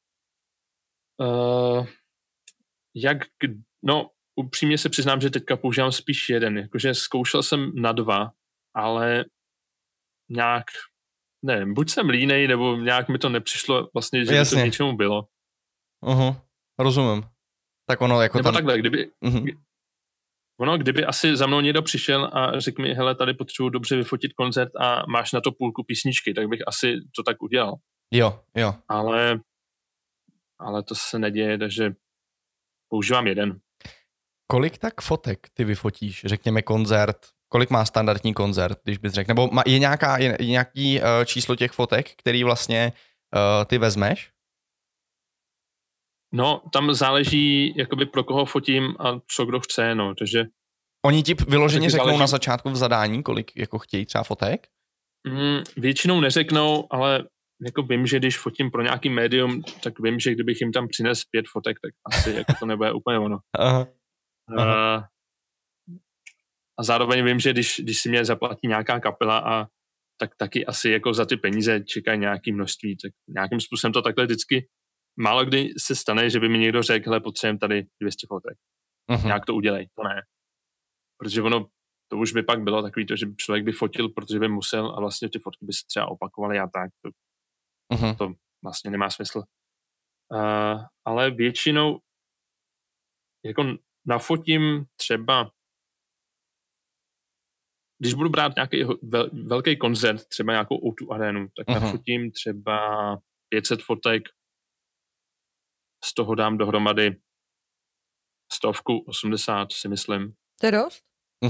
No, upřímně se přiznám, že teďka používám spíš jeden. Jakože zkoušel jsem na 2, ale nějak, nevím, buď jsem línej, nebo nějak mi to nepřišlo vlastně, že by to něčemu bylo. Rozumím. Tak ono jako nebo takhle, kdyby asi za mnou někdo přišel a řekl mi, hele, tady potřebuji dobře vyfotit koncert a máš na to půlku písničky, tak bych asi to tak udělal. Jo. Ale to se neděje, takže používám jeden. Kolik tak fotek ty vyfotíš? Řekněme koncert. Kolik má standardní koncert, když bys řekl? Nebo je nějaký číslo těch fotek, který vlastně ty vezmeš? No, tam záleží, jakoby pro koho fotím a co kdo chce, no, takže... Oni ti vyloženě řeknou na začátku v zadání, kolik jako chtějí třeba fotek? Většinou neřeknou, ale jako vím, že když fotím pro nějaký médium, tak vím, že kdybych jim tam přinesl 5 fotek, tak asi jako to nebude úplně ono. Aha. A zároveň vím, že když si mě zaplatí nějaká kapela tak taky asi jako za ty peníze čekají nějaké množství, tak nějakým způsobem to takhle vždycky málo kdy se stane, že by mi někdo řekl, hele, potřebujeme tady 200 fotek. Nějak to udělej, to ne. Protože ono, to už by pak bylo takový to, že člověk by fotil, protože by musel a vlastně ty fotky by se třeba opakovaly a tak. To vlastně nemá smysl. Ale většinou jako nafotím třeba, když budu brát nějaký velký koncert, třeba nějakou O2 arénu, tak nafotím třeba 500 fotek, z toho dám dohromady 180, si myslím. To je dost?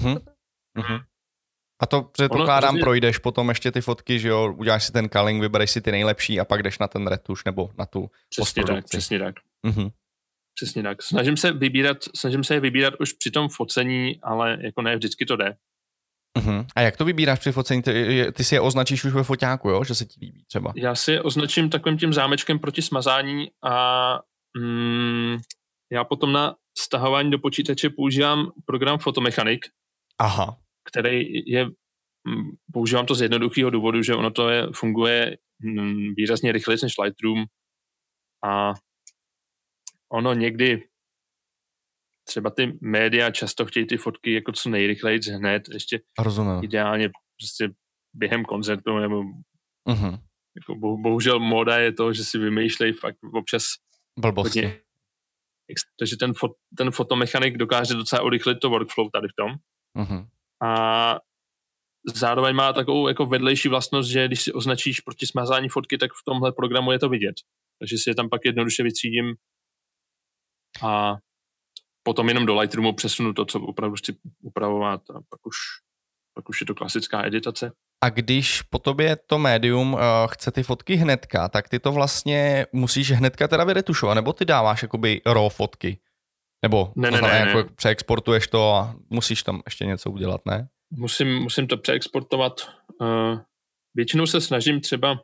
A to předpokládám, projdeš potom ještě ty fotky, že jo, uděláš si ten culling, vybereš si ty nejlepší a pak jdeš na ten retuš nebo na tu postprodukci. Přesně tak. Přesně tak. Snažím se je vybírat už při tom focení, ale jako ne vždycky to jde. A jak to vybíráš při focení? Ty si je označíš už ve foťáku, jo? Že se ti líbí třeba? Já si je označím takovým tím zámečkem proti smazání a já potom na stahování do počítače používám program Photomechanic, který používám to z jednoduchého důvodu, že ono to funguje výrazně rychleji než Lightroom a ono někdy třeba ty média často chtějí ty fotky jako co nejrychleji hned, ještě ideálně prostě během koncertu, nebo jako bohužel móda je to, že si vymýšlejí fakt občas blbosti. Hodně. Takže ten fotomechanik dokáže docela urychlit to workflow tady v tom. A zároveň má takovou jako vedlejší vlastnost, že když si označíš proti smazání fotky, tak v tomhle programu je to vidět. Takže si je tam pak jednoduše vytřídím a potom jenom do Lightroomu přesunu to, co opravdu chci upravovat a pak už je to klasická editace. A když po tobě to médium chce ty fotky hnedka, tak ty to vlastně musíš hnedka teda vyretušovat, nebo ty dáváš jakoby raw fotky? Nebo ne, jako přeexportuješ to a musíš tam ještě něco udělat, ne? Musím to přeexportovat. Většinou se snažím třeba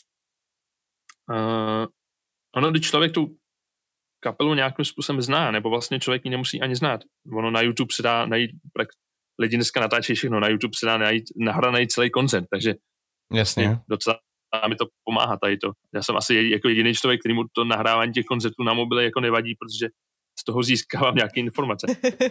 když člověk tu kapelu nějakým způsobem zná, nebo vlastně člověk ji nemusí ani znát. Ono na YouTube se dá najít, lidi dneska natáčejí všechno, na YouTube se dá nahraný celý koncert, takže jasně. Docela mi to pomáhá tady to. Já jsem asi jako jediný člověk, kterýmu to nahrávání těch koncertů na mobile jako nevadí, protože z toho získávám nějaké informace.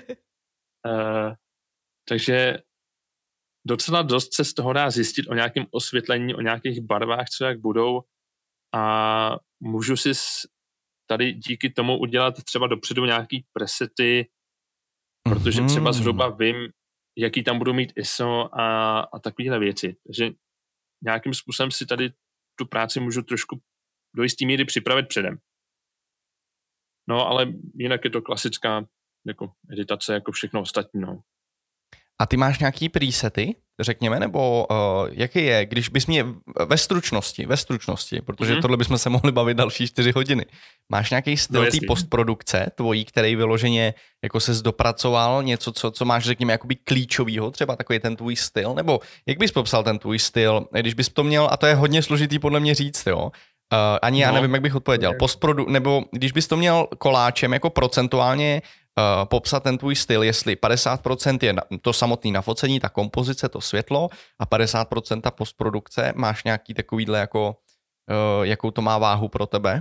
Takže docela dost se z toho dá zjistit o nějakém osvětlení, o nějakých barvách, co jak budou a můžu si tady díky tomu udělat třeba dopředu nějaký presety, protože třeba zhruba vím, jaký tam budu mít ISO a takovéhle věci. Takže nějakým způsobem si tady tu práci můžu trošku do jistý míry připravit předem. No, ale jinak je to klasická jako editace, jako všechno ostatní, no. A ty máš nějaký presety, řekněme, nebo jaký je, když bys mě ve stručnosti, protože tohle bychom se mohli bavit další 4 hodiny. Máš nějaký styl té postprodukce tvojí, který vyloženě jako ses dopracoval, něco, co máš, řekněme, jakoby klíčovýho, třeba takový ten tvůj styl, nebo jak bys popsal ten tvůj styl, když bys to měl, a to je hodně složitý podle mě říct, jo, ani já nevím, jak bych odpověděl, nebo když bys to měl koláčem jako procentuálně popsat ten tvůj styl, jestli 50% je to samotné nafocení, ta kompozice, to světlo a 50% ta postprodukce, máš nějaký takovýhle jako, jakou to má váhu pro tebe?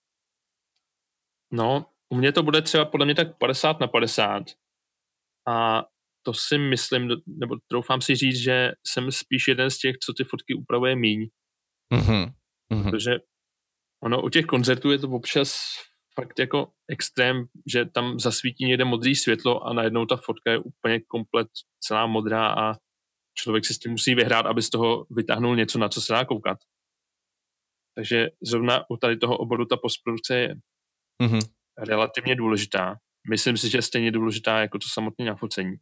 No, u mě to bude třeba podle mě tak 50/50 a to si myslím, nebo troufám si říct, že jsem spíš jeden z těch, co ty fotky upravuje míň. Protože ono u těch koncertů je to občas fakt jako extrém, že tam zasvítí někde modrý světlo a najednou ta fotka je úplně komplet celá modrá a člověk si s tím musí vyhrát, aby z toho vytáhnul něco, na co se dá koukat. Takže zrovna u tady toho oboru ta postprodukce je relativně důležitá. Myslím si, že je stejně důležitá jako to samotné nafocení.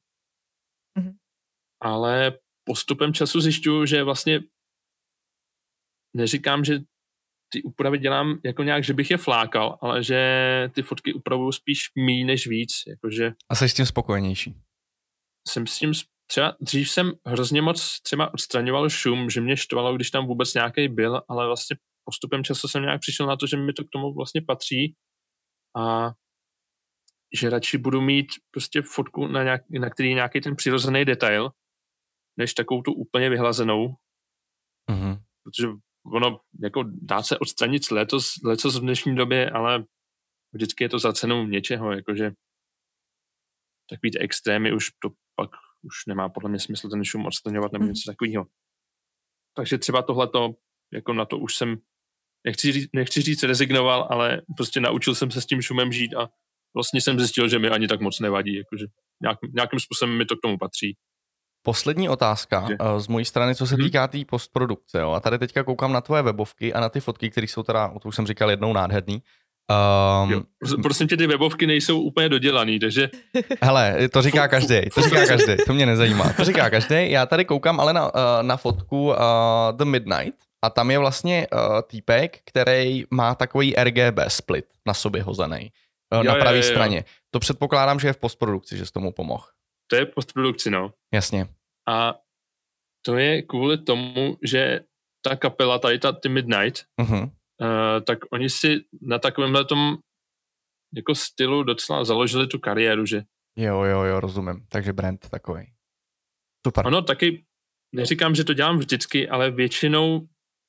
Ale postupem času zjišťuju, že vlastně neříkám, že ty úpravy dělám jako nějak, že bych je flákal, ale že ty fotky upravuju spíš míň než víc. Jakože a jsi s tím spokojenější? Jsem s tím třeba, dřív jsem hrozně moc třeba odstraňoval šum, že mě štvalo, když tam vůbec nějaký byl, ale vlastně postupem času jsem nějak přišel na to, že mi to k tomu vlastně patří a že radši budu mít prostě fotku, na který je nějaký ten přirozený detail, než takovou tu úplně vyhlazenou. Protože ono jako dá se odstranit lecos v dnešní době, ale vždycky je to za cenu něčeho, jakože takový ty extrémy už to pak už nemá podle mě smysl ten šum odstraňovat nebo něco takového. Takže třeba tohleto, jako na to už jsem, nechci říct rezignoval, ale prostě naučil jsem se s tím šumem žít a vlastně jsem zjistil, že mi ani tak moc nevadí, jakože nějakým způsobem mi to k tomu patří. Poslední otázka z mojí strany, co se týká té postprodukce. Jo? A tady teďka koukám na tvoje webovky a na ty fotky, které jsou teda, to už jsem říkal jednou, nádherný. Prosím tě, ty webovky nejsou úplně dodělaný, takže... Hele, to říká každý, to mě nezajímá. To říká každý. Já tady koukám ale na fotku The Midnight a tam je vlastně týpek, který má takový RGB split na sobě hozený na pravé straně. To předpokládám, že je v postprodukci, že jsi tomu pomohl. To je postprodukci, no. Jasně. A to je kvůli tomu, že ta kapela, tady ty Midnight, tak oni si na takovémhle tom jako stylu docela založili tu kariéru, že? Jo, rozumím. Takže brand takovej. Super. Ono taky, neříkám, že to dělám vždycky, ale většinou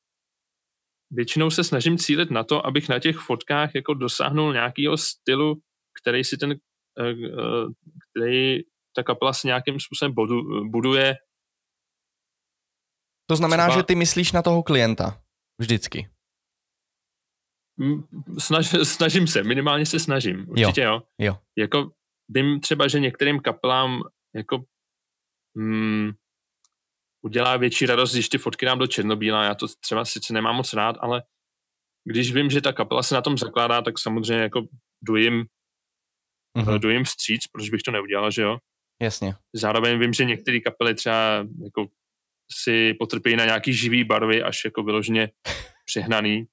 se snažím cílit na to, abych na těch fotkách jako dosáhnul nějakého stylu, který si který ta kapela si nějakým způsobem buduje. To znamená, že ty myslíš na toho klienta vždycky? Snažím se, minimálně se snažím. Určitě jo. Jako vím třeba, že některým kapelám jako udělá větší radost, když ty fotky dám do černobíla. Já to třeba sice nemám moc rád, ale když vím, že ta kapela se na tom zakládá, tak samozřejmě jako jdu jim vstříc, proč bych to neudělal, že jo? Jasně. Zároveň vím, že některé kapely třeba jako si potrpí na nějaký živý barvy, až jako vyloženě přehnaný.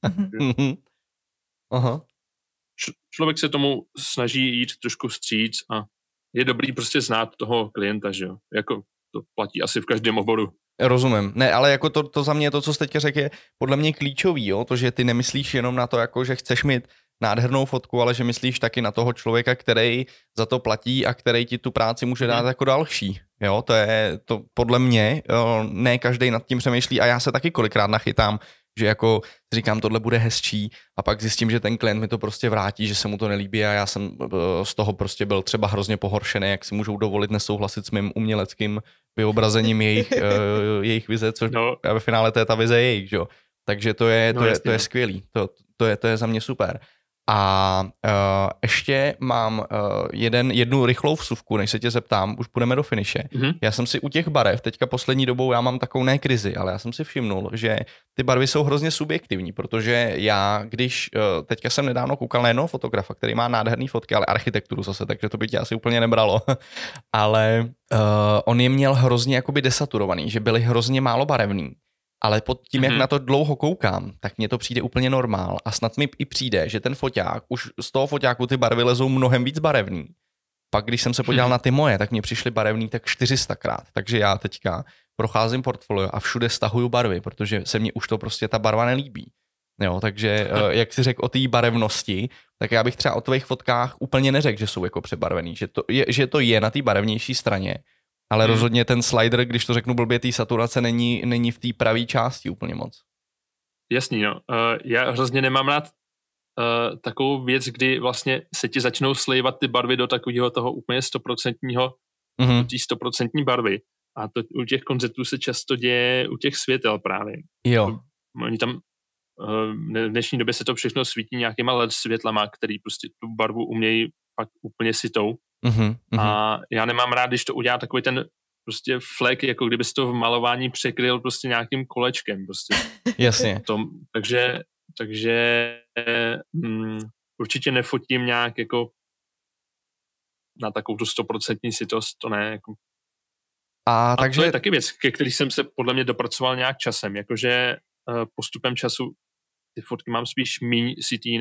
Aha. Člověk se tomu snaží jít trošku vstříc a je dobrý prostě znát toho klienta, že jo? Jako to platí asi v každém oboru. Rozumím. Ne, ale jako to za mě, to, co jste tě řekl, je podle mě klíčový, jo? To, že ty nemyslíš jenom na to, jako, že chceš mít nádhernou fotku, ale že myslíš taky na toho člověka, který za to platí a který ti tu práci může dát jako další. Jo, to je to podle mě, jo, ne každý nad tím přemýšlí a já se taky kolikrát nachytám, že jako říkám, tohle bude hezčí a pak zjistím, že ten klient mi to prostě vrátí, že se mu to nelíbí a já jsem z toho prostě byl třeba hrozně pohoršený, jak si můžou dovolit nesouhlasit s mým uměleckým vyobrazením jejich vize, což ve finále to je ta vize jejich, jo. Takže to je skvělý, to je za mě super. A ještě mám jednu rychlou vsuvku, než se tě zeptám, už půjdeme do finiše. Já jsem si u těch barev, teďka poslední dobou já mám takovou ne krizi, ale já jsem si všimnul, že ty barvy jsou hrozně subjektivní, protože já, když teďka jsem nedávno koukal na jednoho fotografa, který má nádherný fotky, ale architekturu zase, takže to by tě asi úplně nebralo, ale on je měl hrozně jakoby desaturovaný, že byly hrozně málo barevný. Ale pod tím, jak na to dlouho koukám, tak mně to přijde úplně normál a snad mi i přijde, že ten foťák, už z toho foťáku ty barvy lezou mnohem víc barevný. Pak když jsem se podíval na ty moje, tak mě přišly barevný tak 400krát. Takže já teďka procházím portfolio a všude stahuju barvy, protože se mně už to prostě ta barva nelíbí. Jo, takže jak si řekl o té barevnosti, tak já bych třeba o tvých fotkách úplně neřekl, že jsou jako přebarvený, že to je na té barevnější straně. Ale rozhodně ten slider, když to řeknu blbě, té saturace není v té pravé části úplně moc. Jasný, no. Já hrozně nemám rád takovou věc, kdy vlastně se ti začnou slejvat ty barvy do takového toho úplně 100%, do té 100% barvy. A to u těch koncertů se často děje u těch světel právě. Jo. Oni tam v dnešní době se to všechno svítí nějakýma LED světlama, který prostě tu barvu umějí pak úplně sytou. A já nemám rád, když to udělá takový ten prostě flek, jako kdyby si to v malování překryl prostě nějakým kolečkem. Prostě. Jasně. Takže určitě nefotím nějak jako na takovou tu 100% sitost, to ne. Jako. A takže to je taky věc, ke který jsem se podle mě dopracoval nějak časem, jakože postupem času ty fotky mám spíš míň sitý,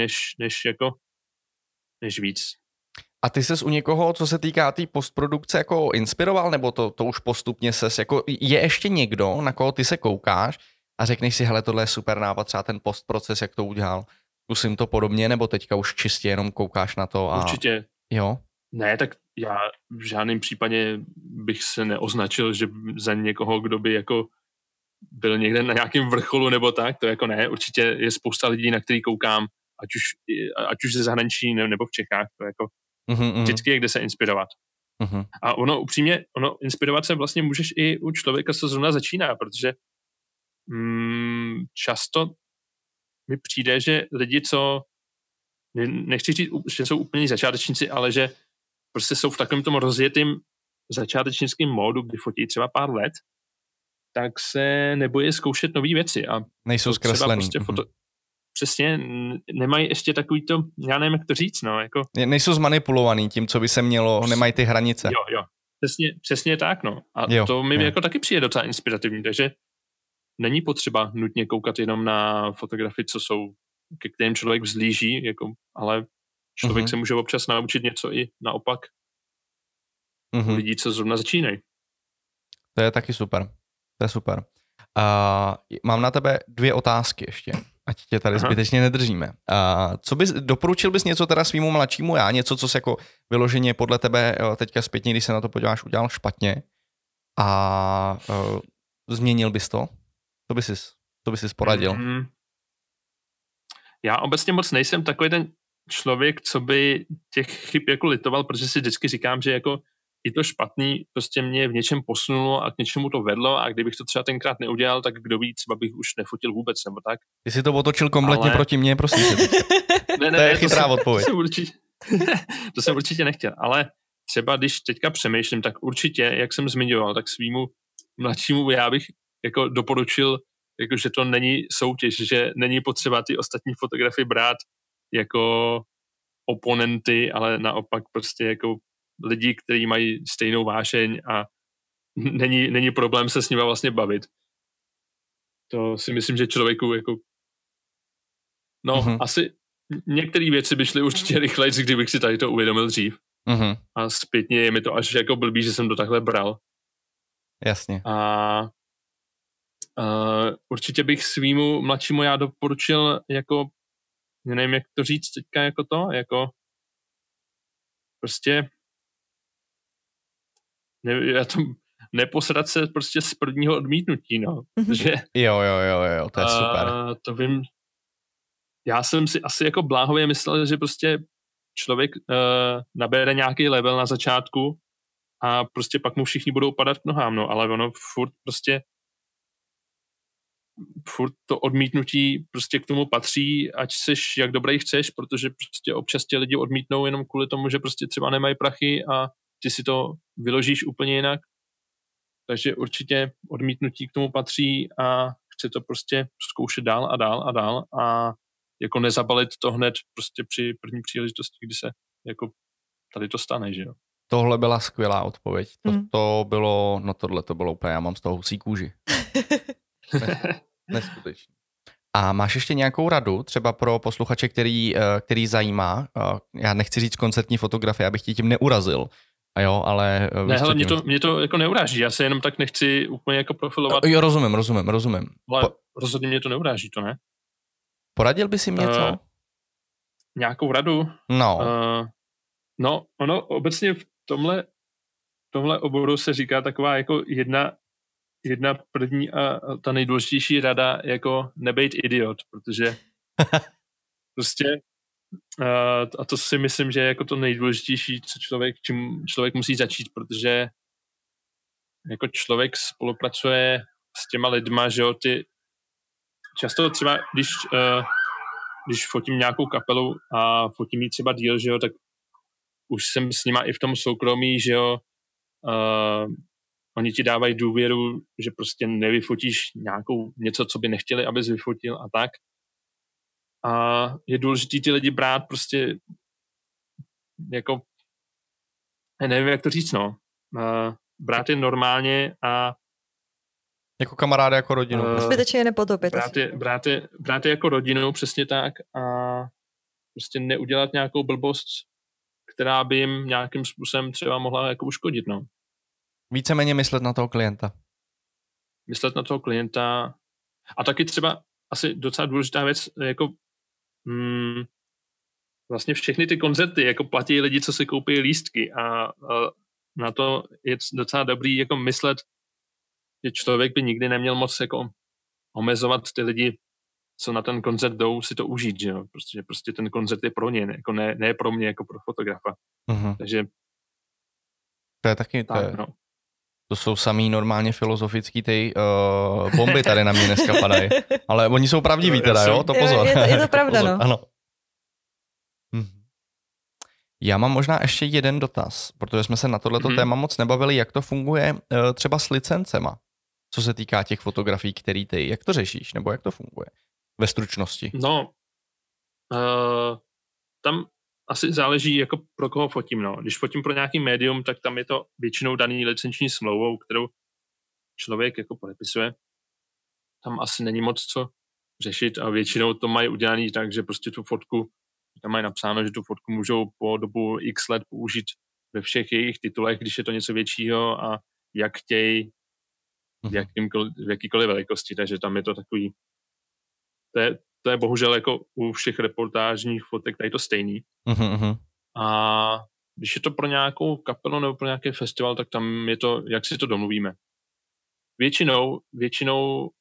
než víc. A ty ses u někoho, co se týká té postprodukce, jako inspiroval, nebo to už postupně ses, jako je ještě někdo, na koho ty se koukáš a řekneš si, hele, tohle je super nápad, třeba ten postproces, jak to udělal, zkusím to podobně, nebo teďka už čistě jenom koukáš na to a... Určitě. Jo? Ne, tak já v žádném případě bych se neoznačil, že za někoho, kdo by jako byl někde na nějakém vrcholu nebo tak, to jako ne, určitě je spousta lidí, na který koukám, ať už ze zahraničí nebo v Čechách, to jako vždycky je kde se inspirovat. A upřímně, inspirovat se vlastně můžeš i u člověka, co zrovna začíná, protože často mi přijde, že lidi, co nechci říct, že jsou úplně začátečníci, ale že prostě jsou v takovém tom rozjetým začátečnickém módu, kdy fotí třeba pár let, tak se nebojí zkoušet nové věci. A nejsou zkreslený. Prostě přesně, nemají ještě takový to, já nevím, jak to říct, no, jako... Nejsou zmanipulovaný tím, co by se mělo, nemají ty hranice. Jo, přesně tak, no. A to mi jako taky přijde docela inspirativní, takže není potřeba nutně koukat jenom na fotografii, co jsou, ke kterým člověk vzlíží, jako, ale člověk se může občas naučit něco i naopak lidí, co zrovna začínají. To je taky super. To je super. Mám na tebe 2 otázky ještě, ať tě tady zbytečně nedržíme. Doporučil bys něco teda svýmu mladšímu já, něco, co se jako vyloženě podle tebe teďka zpětně, když se na to podíváš, udělal špatně a změnil bys to? To by si poradil? Já obecně moc nejsem takový ten člověk, co by těch chyb jako litoval, protože si vždycky říkám, že jako i to špatný prostě mě v něčem posunulo a k něčemu to vedlo a kdybych to třeba tenkrát neudělal, tak kdo ví, třeba bych už nefotil vůbec, nebo tak. Ty si to otočil kompletně proti mně, prosím. Ne, to je chytrá odpověď. To jsem určitě nechtěl, ale třeba když teďka přemýšlím, tak určitě, jak jsem zmiňoval, tak svýmu mladšímu já bych jako doporučil, jako, že to není soutěž, že není potřeba ty ostatní fotografy brát jako oponenty, ale naopak prostě jako lidi, kteří mají stejnou vášeň a není problém se s nimi vlastně bavit. To si myslím, že člověku jako asi některé věci by šly určitě rychleji, kdybych si tady to uvědomil dřív. A zpětně je mi to až jako blbý, že jsem to takhle bral. Jasně. A určitě bych svýmu mladšímu já doporučil jako, nevím, jak to říct teďka, jako to, jako prostě já to neposrat se prostě z prvního odmítnutí, no. Že, jo, to je super. To vím, já jsem si asi jako bláhově myslel, že prostě člověk nabere nějaký level na začátku a prostě pak mu všichni budou padat k nohám, no, ale ono furt to odmítnutí prostě k tomu patří, ať seš jak dobrý chceš, protože prostě občas tě lidi odmítnou jenom kvůli tomu, že prostě třeba nemají prachy a ty si to vyložíš úplně jinak. Takže určitě odmítnutí k tomu patří a chce to prostě zkoušet dál a dál a dál a jako nezabalit to hned prostě při první příležitosti, kdy se jako tady to stane, že jo. Tohle byla skvělá odpověď. To bylo, no tohle to bylo úplně, já mám z toho husí kůži. Neskutečný. A máš ještě nějakou radu, třeba pro posluchače, který zajímá, já nechci říct koncertní fotografie, abych tě tím neurazil, a jo, ale... Ne, hele, mě to jako neuráží, já se jenom tak nechci úplně jako profilovat. Jo, rozumím. Ale rozhodně mě to neuráží, to ne? Poradil by si mě něco? Nějakou radu? No. No, ono obecně v tomhle oboru se říká taková jako jedna první a ta nejdůležitější rada jako nebejt idiot, protože prostě a to si myslím, že je jako to nejdůležitější, čím člověk musí začít, protože jako člověk spolupracuje s těma lidma, že jo, často třeba, když fotím nějakou kapelu a fotím jí třeba díl, že jo, tak už jsem s nima i v tom soukromí, že jo, oni ti dávají důvěru, že prostě nevyfotíš něco, co by nechtěli, abys vyfotil a tak. A je důležitý ty lidi brát prostě jako, nevím, jak to říct, no. Brát je normálně a jako kamarády, jako rodinu. Zbytečně nepotopit. Brát je jako rodinu, přesně tak, a prostě neudělat nějakou blbost, která by jim nějakým způsobem třeba mohla jako uškodit, no. Víceméně myslet na toho klienta. Myslet na toho klienta a taky třeba asi docela důležitá věc, jako vlastně všechny ty koncerty, jako platí lidi, co si koupí lístky a na to je docela dobrý jako myslet, že člověk by nikdy neměl moc jako omezovat ty lidi, co na ten koncert jdou, si to užít, že jo? Prostě ten koncert je pro ně, jako ne pro mě, jako pro fotografa. Takže to je taky, tak, no. To jsou samý normálně filozofický bomby tady na mě dneska padají. Ale oni jsou pravdiví teda, jo? To pozor. Je to pravda, pozor, no. Ano. Já mám možná ještě jeden dotaz, protože jsme se na tohleto téma moc nebavili, jak to funguje třeba s licencema, co se týká těch fotografií, který ty, jak to řešíš, nebo jak to funguje ve stručnosti? No, tam asi záleží, jako pro koho fotím, no. Když fotím pro nějaký médium, tak tam je to většinou daný licenční smlouvou, kterou člověk jako podepisuje. Tam asi není moc co řešit a většinou to mají udělaný tak, že prostě tu fotku, tam mají napsáno, že tu fotku můžou po dobu x let použít ve všech jejich titulech, když je to něco většího a jak chtějí, v jakýkoliv velikosti, takže tam je to takový, to je bohužel jako u všech reportážních fotek tady to stejný. A když je to pro nějakou kapelu nebo pro nějaký festival, tak tam je to, jak si to domluvíme. Většinou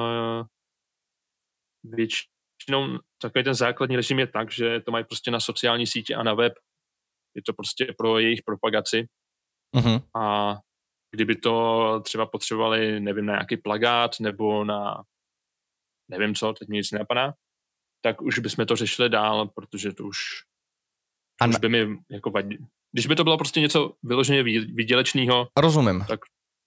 takový ten základní režim je tak, že to mají prostě na sociální sítě a na web. Je to prostě pro jejich propagaci. A kdyby to třeba potřebovali, nevím, na nějaký plakát nebo na nevím co, teď mi nic nenapadá, tak už bychom to řešili dál, protože to už by mi jako vadí. Když by to bylo prostě něco vyloženě výdělečného, rozumím. Tak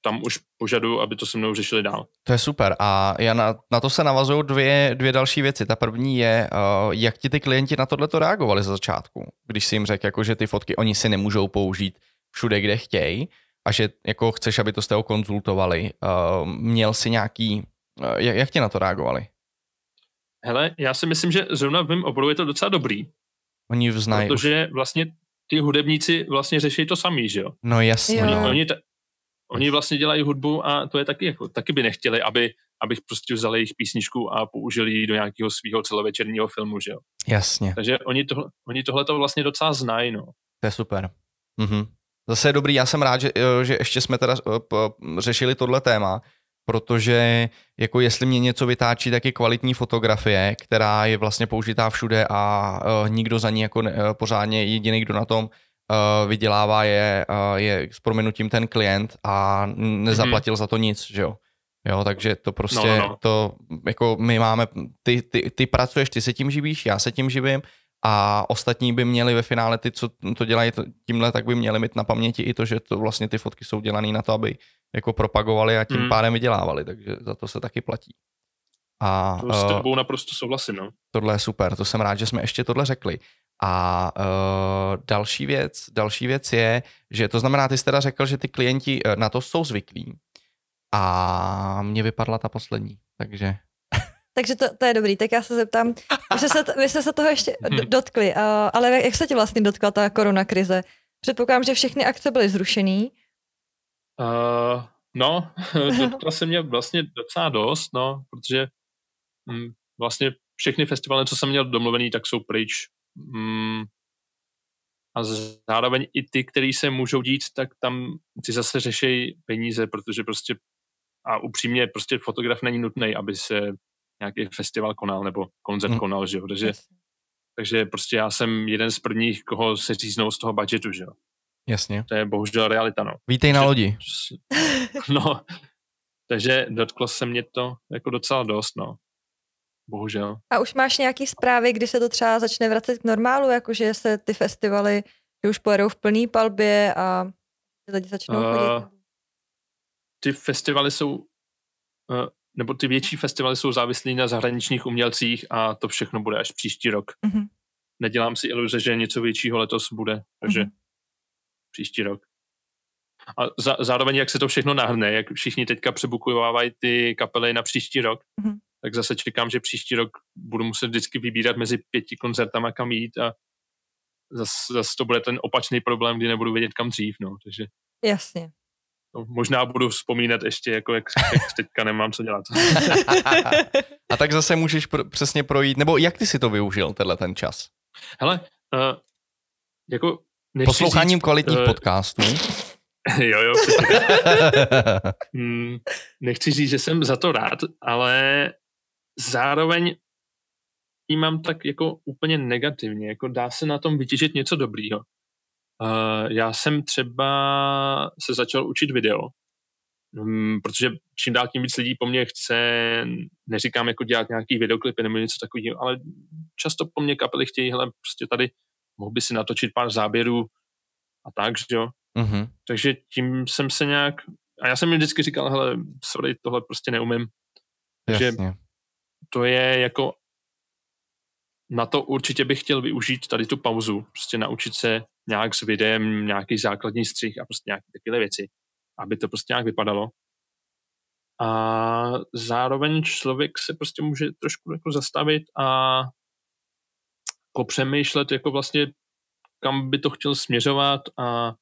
tam už požaduju, aby to se mnou řešili dál. To je super a já na to se navazují dvě další věci. Ta první je, jak ti ty klienti na tohleto reagovali za začátku, když si jim řekl, jako, že ty fotky oni si nemůžou použít všude, kde chtějí a že jako chceš, aby to s tebou konzultovali. Měl jsi nějaký, jak ti na to reagovali? Hele, já si myslím, že zrovna v mém oboru je to docela dobrý. Oni vznají. Protože vlastně ty hudebníci vlastně řeší to samý, že jo? No jasně. Oni vlastně dělají hudbu a to je taky by nechtěli, abych prostě vzal jejich písničku a použili ji do nějakého svého celovečerního filmu, že jo? Jasně. Takže oni tohle to vlastně docela znají, no. To je super. Zase je dobrý, já jsem rád, že ještě jsme teda řešili tohle téma, protože jako jestli mě něco vytáčí, tak je kvalitní fotografie, která je vlastně použitá všude a nikdo za ní jako pořádně jediný, kdo na tom vydělává je s prominutím ten klient a nezaplatil za to nic, že jo. Jo, takže to prostě, to jako my máme, ty pracuješ, ty se tím živíš, já se tím živím a ostatní by měli ve finále, ty, co to dělají tímhle, tak by měli mít na paměti i to, že to vlastně ty fotky jsou dělané na to, aby jako propagovali a tím pádem vydělávali, takže za to se taky platí. A to s tebou naprosto souhlasím, no. Tohle je super, to jsem rád, že jsme ještě tohle řekli. A další věc je, že to znamená, ty jsi teda řekl, že ty klienti na to jsou zvyklí a mě vypadla ta poslední, takže... Takže to je dobrý, tak já se zeptám, vy jste se toho ještě dotkli, ale jak se ti vlastně dotkla ta koronakrize? Předpokládám, že všechny akce byly zrušený. Dotkla se mě vlastně docela dost, no, protože vlastně všechny festivaly, co jsem měl domluvený, tak jsou pryč. A zároveň i ty, který se můžou dít, tak tam ty zase řešejí peníze, protože prostě a upřímně prostě fotograf není nutný, aby se nějaký festival konal nebo koncert konal, že jo, takže prostě já jsem jeden z prvních, koho se říznou z toho budgetu, že jo. Jasně. To je bohužel realita, no. Vítej na lodi. No, takže dotklo se mě to jako docela dost, no. Bohužel. A už máš nějaký zprávy, kdy se to třeba začne vracet k normálu, jakože se ty festivaly že už pojedou v plný palbě a lidi začnou chodit? Ty festivaly jsou, nebo ty větší festivaly jsou závislí na zahraničních umělcích a to všechno bude až příští rok. Mm-hmm. Nedělám si iluze, že něco většího letos bude, takže příští rok. A zároveň, jak se to všechno nahrne, jak všichni teďka přebukovávají ty kapely na příští rok, tak zase čekám, že příští rok budu muset vždycky vybírat mezi 5 koncertama, kam jít a zase to bude ten opačný problém, kdy nebudu vědět, kam dřív, no, takže... Jasně. No, možná budu vzpomínat ještě, jako jak teďka nemám co dělat. A tak zase můžeš přesně projít, nebo jak ty si to využil, ten čas? Hele, jako... Posloucháním kvalitních podcastů. Jo. Nechci říct, že jsem za to rád, ale zároveň ji mám tak jako úplně negativně, jako dá se na tom vytěžit něco dobrýho. Já jsem třeba se začal učit video, protože čím dál tím víc lidí po mně chce, neříkám jako dělat nějaký videoklipy nebo něco takového, ale často po mně kapely chtějí, hele, prostě tady mohl by si natočit pár záběrů a tak, že jo. Mm-hmm. Takže tím jsem se nějak, a já jsem jim vždycky říkal, hele, sorry, tohle prostě neumím. Takže to je jako, na to určitě bych chtěl využít tady tu pauzu, prostě naučit se nějak s videem, nějaký základní střih a prostě nějaké takové věci, aby to prostě nějak vypadalo. A zároveň člověk se prostě může trošku jako zastavit a popřemýšlet jako vlastně, kam by to chtěl směřovat a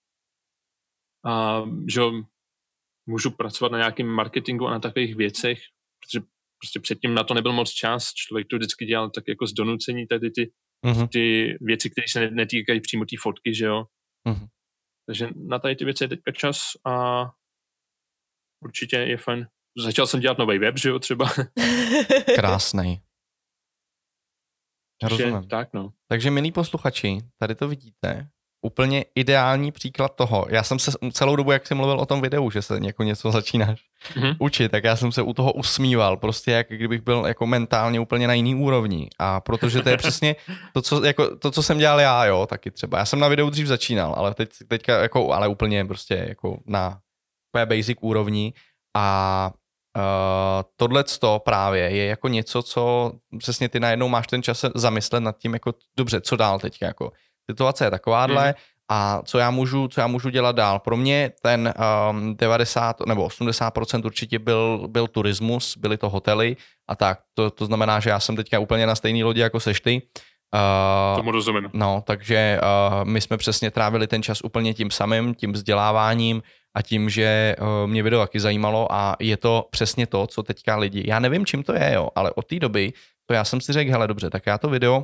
že můžu pracovat na nějakém marketingu a na takových věcech, protože prostě předtím na to nebyl moc čas, člověk to vždycky dělal tak jako z donucení, tady ty věci, které se netýkají přímo té fotky, že jo. Mm-hmm. Takže na tady ty věci je teďka čas a určitě je fajn. Začal jsem dělat nový web, že jo, třeba. Krásnej. Rozumím. Tak, no. Takže milí posluchači, tady to vidíte. Úplně ideální příklad toho. Já jsem se celou dobu, jak jsi mluvil o tom videu, že se jako něco začínáš učit, tak já jsem se u toho usmíval, prostě jak kdybych byl jako mentálně úplně na jiný úrovni. A protože to je přesně to, co jsem dělal já, jo, taky třeba. Já jsem na videu dřív začínal, ale teďka jako, ale úplně prostě jako na basic úrovni a tohleto právě je jako něco, co přesně ty najednou máš ten čas se zamyslet nad tím, jako dobře, co dál teďka, jako situace je takováhle a co já můžu dělat dál. Pro mě ten 90 nebo 80% určitě byl turismus, byly to hotely a tak. To znamená, že já jsem teďka úplně na stejný lodi, jako seš ty. Tomu rozumím. No, takže my jsme přesně trávili ten čas úplně tím samým, tím vzděláváním a tím, že mě video taky zajímalo a je to přesně to, co teďka lidi, já nevím, čím to je, jo, ale od té doby, to já jsem si řekl, hele, dobře, tak já to video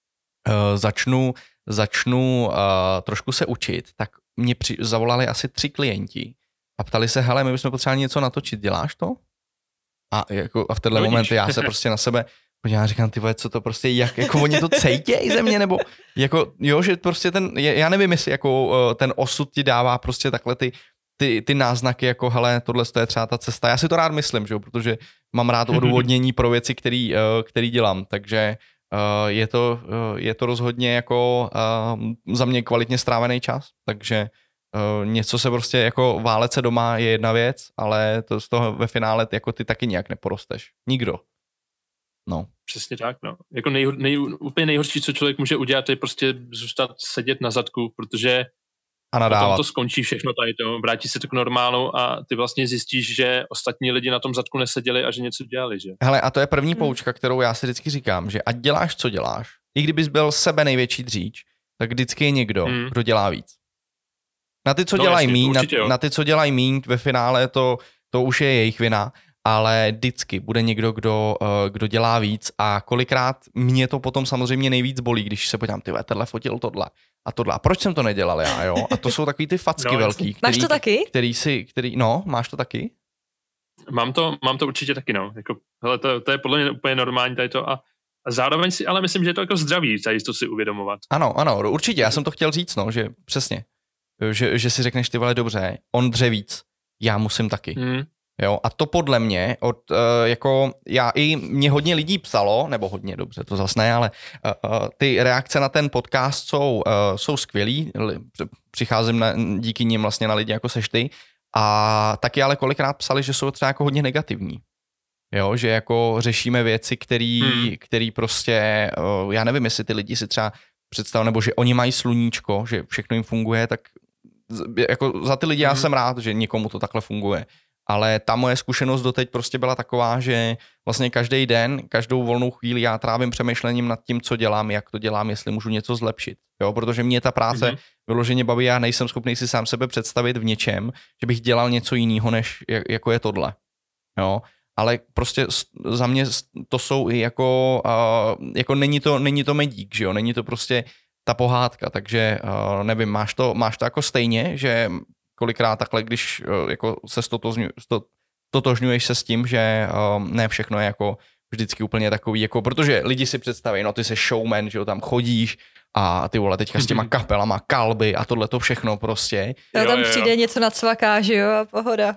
začnu trošku se učit, tak mě zavolali asi 3 klienti a ptali se, hele, my bychom potřebovali něco natočit, děláš to? A v tenhle moment já se prostě na sebe já říkám, ty vole, co to prostě, jak jako oni to cejtějí ze mě, nebo jako, jo, že prostě já nevím, jestli jako ten osud ti dává prostě takhle ty náznaky, jako hele, tohle je třeba ta cesta. Já si to rád myslím, že jo, protože mám rád odůvodnění pro věci, který dělám, takže je to rozhodně jako za mě kvalitně strávený čas, takže něco se prostě jako válec se doma je jedna věc, ale to z toho ve finále jako ty taky nějak neporosteš. Nikdo. No. Přesně tak, no. Jako úplně nejhorší, co člověk může udělat, je prostě zůstat sedět na zadku, protože a nadávat. Potom to skončí všechno tady to, vrátí se to k normálu a ty vlastně zjistíš, že ostatní lidi na tom zadku neseděli a že něco dělali, že? Hele, a to je první poučka, kterou já si vždycky říkám, že ať děláš, co děláš, i kdybys byl sebe největší dříč, tak vždycky je někdo, kdo dělá víc. Na ty, co dělají míň, na ty, co dělají míň, ve finále to už je jejich vina, ale vždycky bude někdo, kdo dělá víc a kolikrát mě to potom samozřejmě nejvíc bolí, když se podívám, ty tenhle fotil tohle a tohle. A proč jsem to nedělal já, jo? A to jsou takový ty facky velký. Máš to taky? Máš to taky? Mám to určitě taky, no. Jako, hele, to je podle mě úplně normální tady to a zároveň si, ale myslím, že je to jako zdraví, tady to si uvědomovat. Ano, určitě, já jsem to chtěl říct, no, že přesně, že si řekneš, ty vole, dobře, on dře víc, já musím taky. Jo, a to podle mě, jako mě hodně lidí psalo, nebo hodně dobře, to zas ne, ale ty reakce na ten podcast jsou skvělý, přicházím díky nim vlastně na lidi, jako seš ty, a taky ale kolikrát psali, že jsou třeba jako hodně negativní. Jo, že jako řešíme věci, který prostě, já nevím, jestli ty lidi si třeba představují, nebo že oni mají sluníčko, že všechno jim funguje, tak jako za ty lidi já jsem rád, že někomu to takhle funguje. Ale ta moje zkušenost doteď prostě byla taková, že vlastně každý den, každou volnou chvíli já trávím přemýšlením nad tím, co dělám, jak to dělám, jestli můžu něco zlepšit. Jo, protože mě ta práce vyloženě baví, já nejsem schopný si sám sebe představit v něčem, že bych dělal něco jiného, než jako je tohle. Jo, ale prostě za mě to jsou i jako není to medík, že jo, není to prostě ta pohádka, takže nevím, máš to jako stejně, že kolikrát takhle, když jako se stotožňuješ se s tím, že ne všechno je jako vždycky úplně takový, jako, protože lidi si představí, no ty jsi showman, že jo, tam chodíš a ty vole teďka s těma kapelama, kalby a tohle to všechno prostě. Tam přijde něco nacvaká, že jo, a pohoda.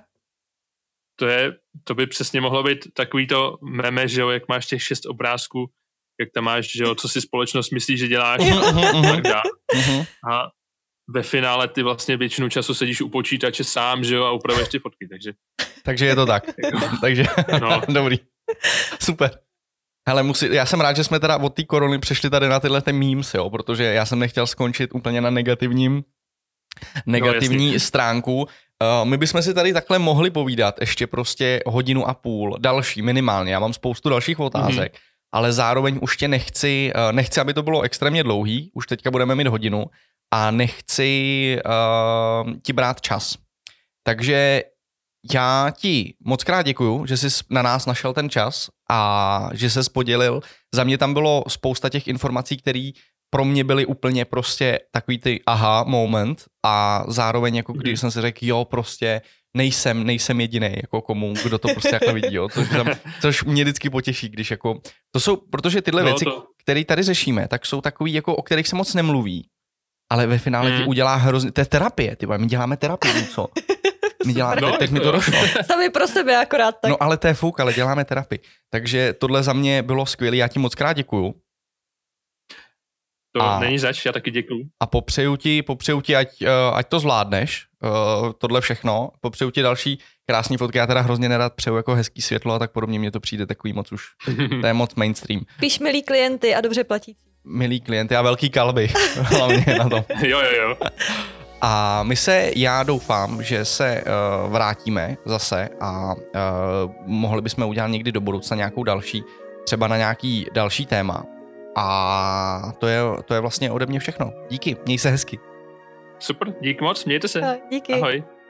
To by přesně mohlo být takový to meme, že jo, jak máš těch 6 obrázků, jak tam máš, že jo, co si společnost myslí, že děláš tak dále. A ve finále ty vlastně většinu času sedíš u počítače sám, že jo, a upravuješ ty fotky, takže je to tak. Takže, dobrý. Super. Hele, já jsem rád, že jsme teda od té korony přešli tady na tyhle memes, jo, protože já jsem nechtěl skončit úplně na negativní stránku. My bychom si tady takhle mohli povídat ještě prostě 1.5 hodiny, další minimálně. Já mám spoustu dalších otázek, ale zároveň už tě nechci, aby to bylo extrémně dlouhý, už teďka budeme mít 1 hodinu, a nechci ti brát čas. Takže já ti moc krát děkuju, že jsi na nás našel ten čas a že ses podělil. Za mě tam bylo spousta těch informací, které pro mě byly úplně prostě takový ty aha moment a zároveň jako když jsem si řekl, jo, prostě nejsem jediný, jako kdo to prostě takhle vidí, jo, což mě vždycky potěší, když jako, to jsou, protože tyhle věci, které tady řešíme, tak jsou takový, jako, o kterých se moc nemluví. Ale ve finále ti udělá hrozně, to je terapie, my děláme terapii, co? My děláme, teď mi to došlo. Sami pro sebe akorát tak. No ale to je fuk, ale děláme terapii. Takže tohle za mě bylo skvělé, já ti moc krát děkuju. To není zač, já taky děkuju. A popřeju ti, ať to zvládneš, tohle všechno. Popřeju ti další krásný fotky. Já teda hrozně nerad přeju jako hezký světlo a tak podobně, mně to přijde takový moc už, to je moc mainstream. Píš milí klienty a dobře platící. Milí klienty a velký kalby, hlavně na tom. Jo. A já doufám, že se vrátíme zase a mohli bychom udělat někdy do budoucna nějakou další, třeba na nějaký další téma. A to je vlastně ode mě všechno. Díky, měj se hezky. Super, díky moc, mějte se. Díky. Ahoj.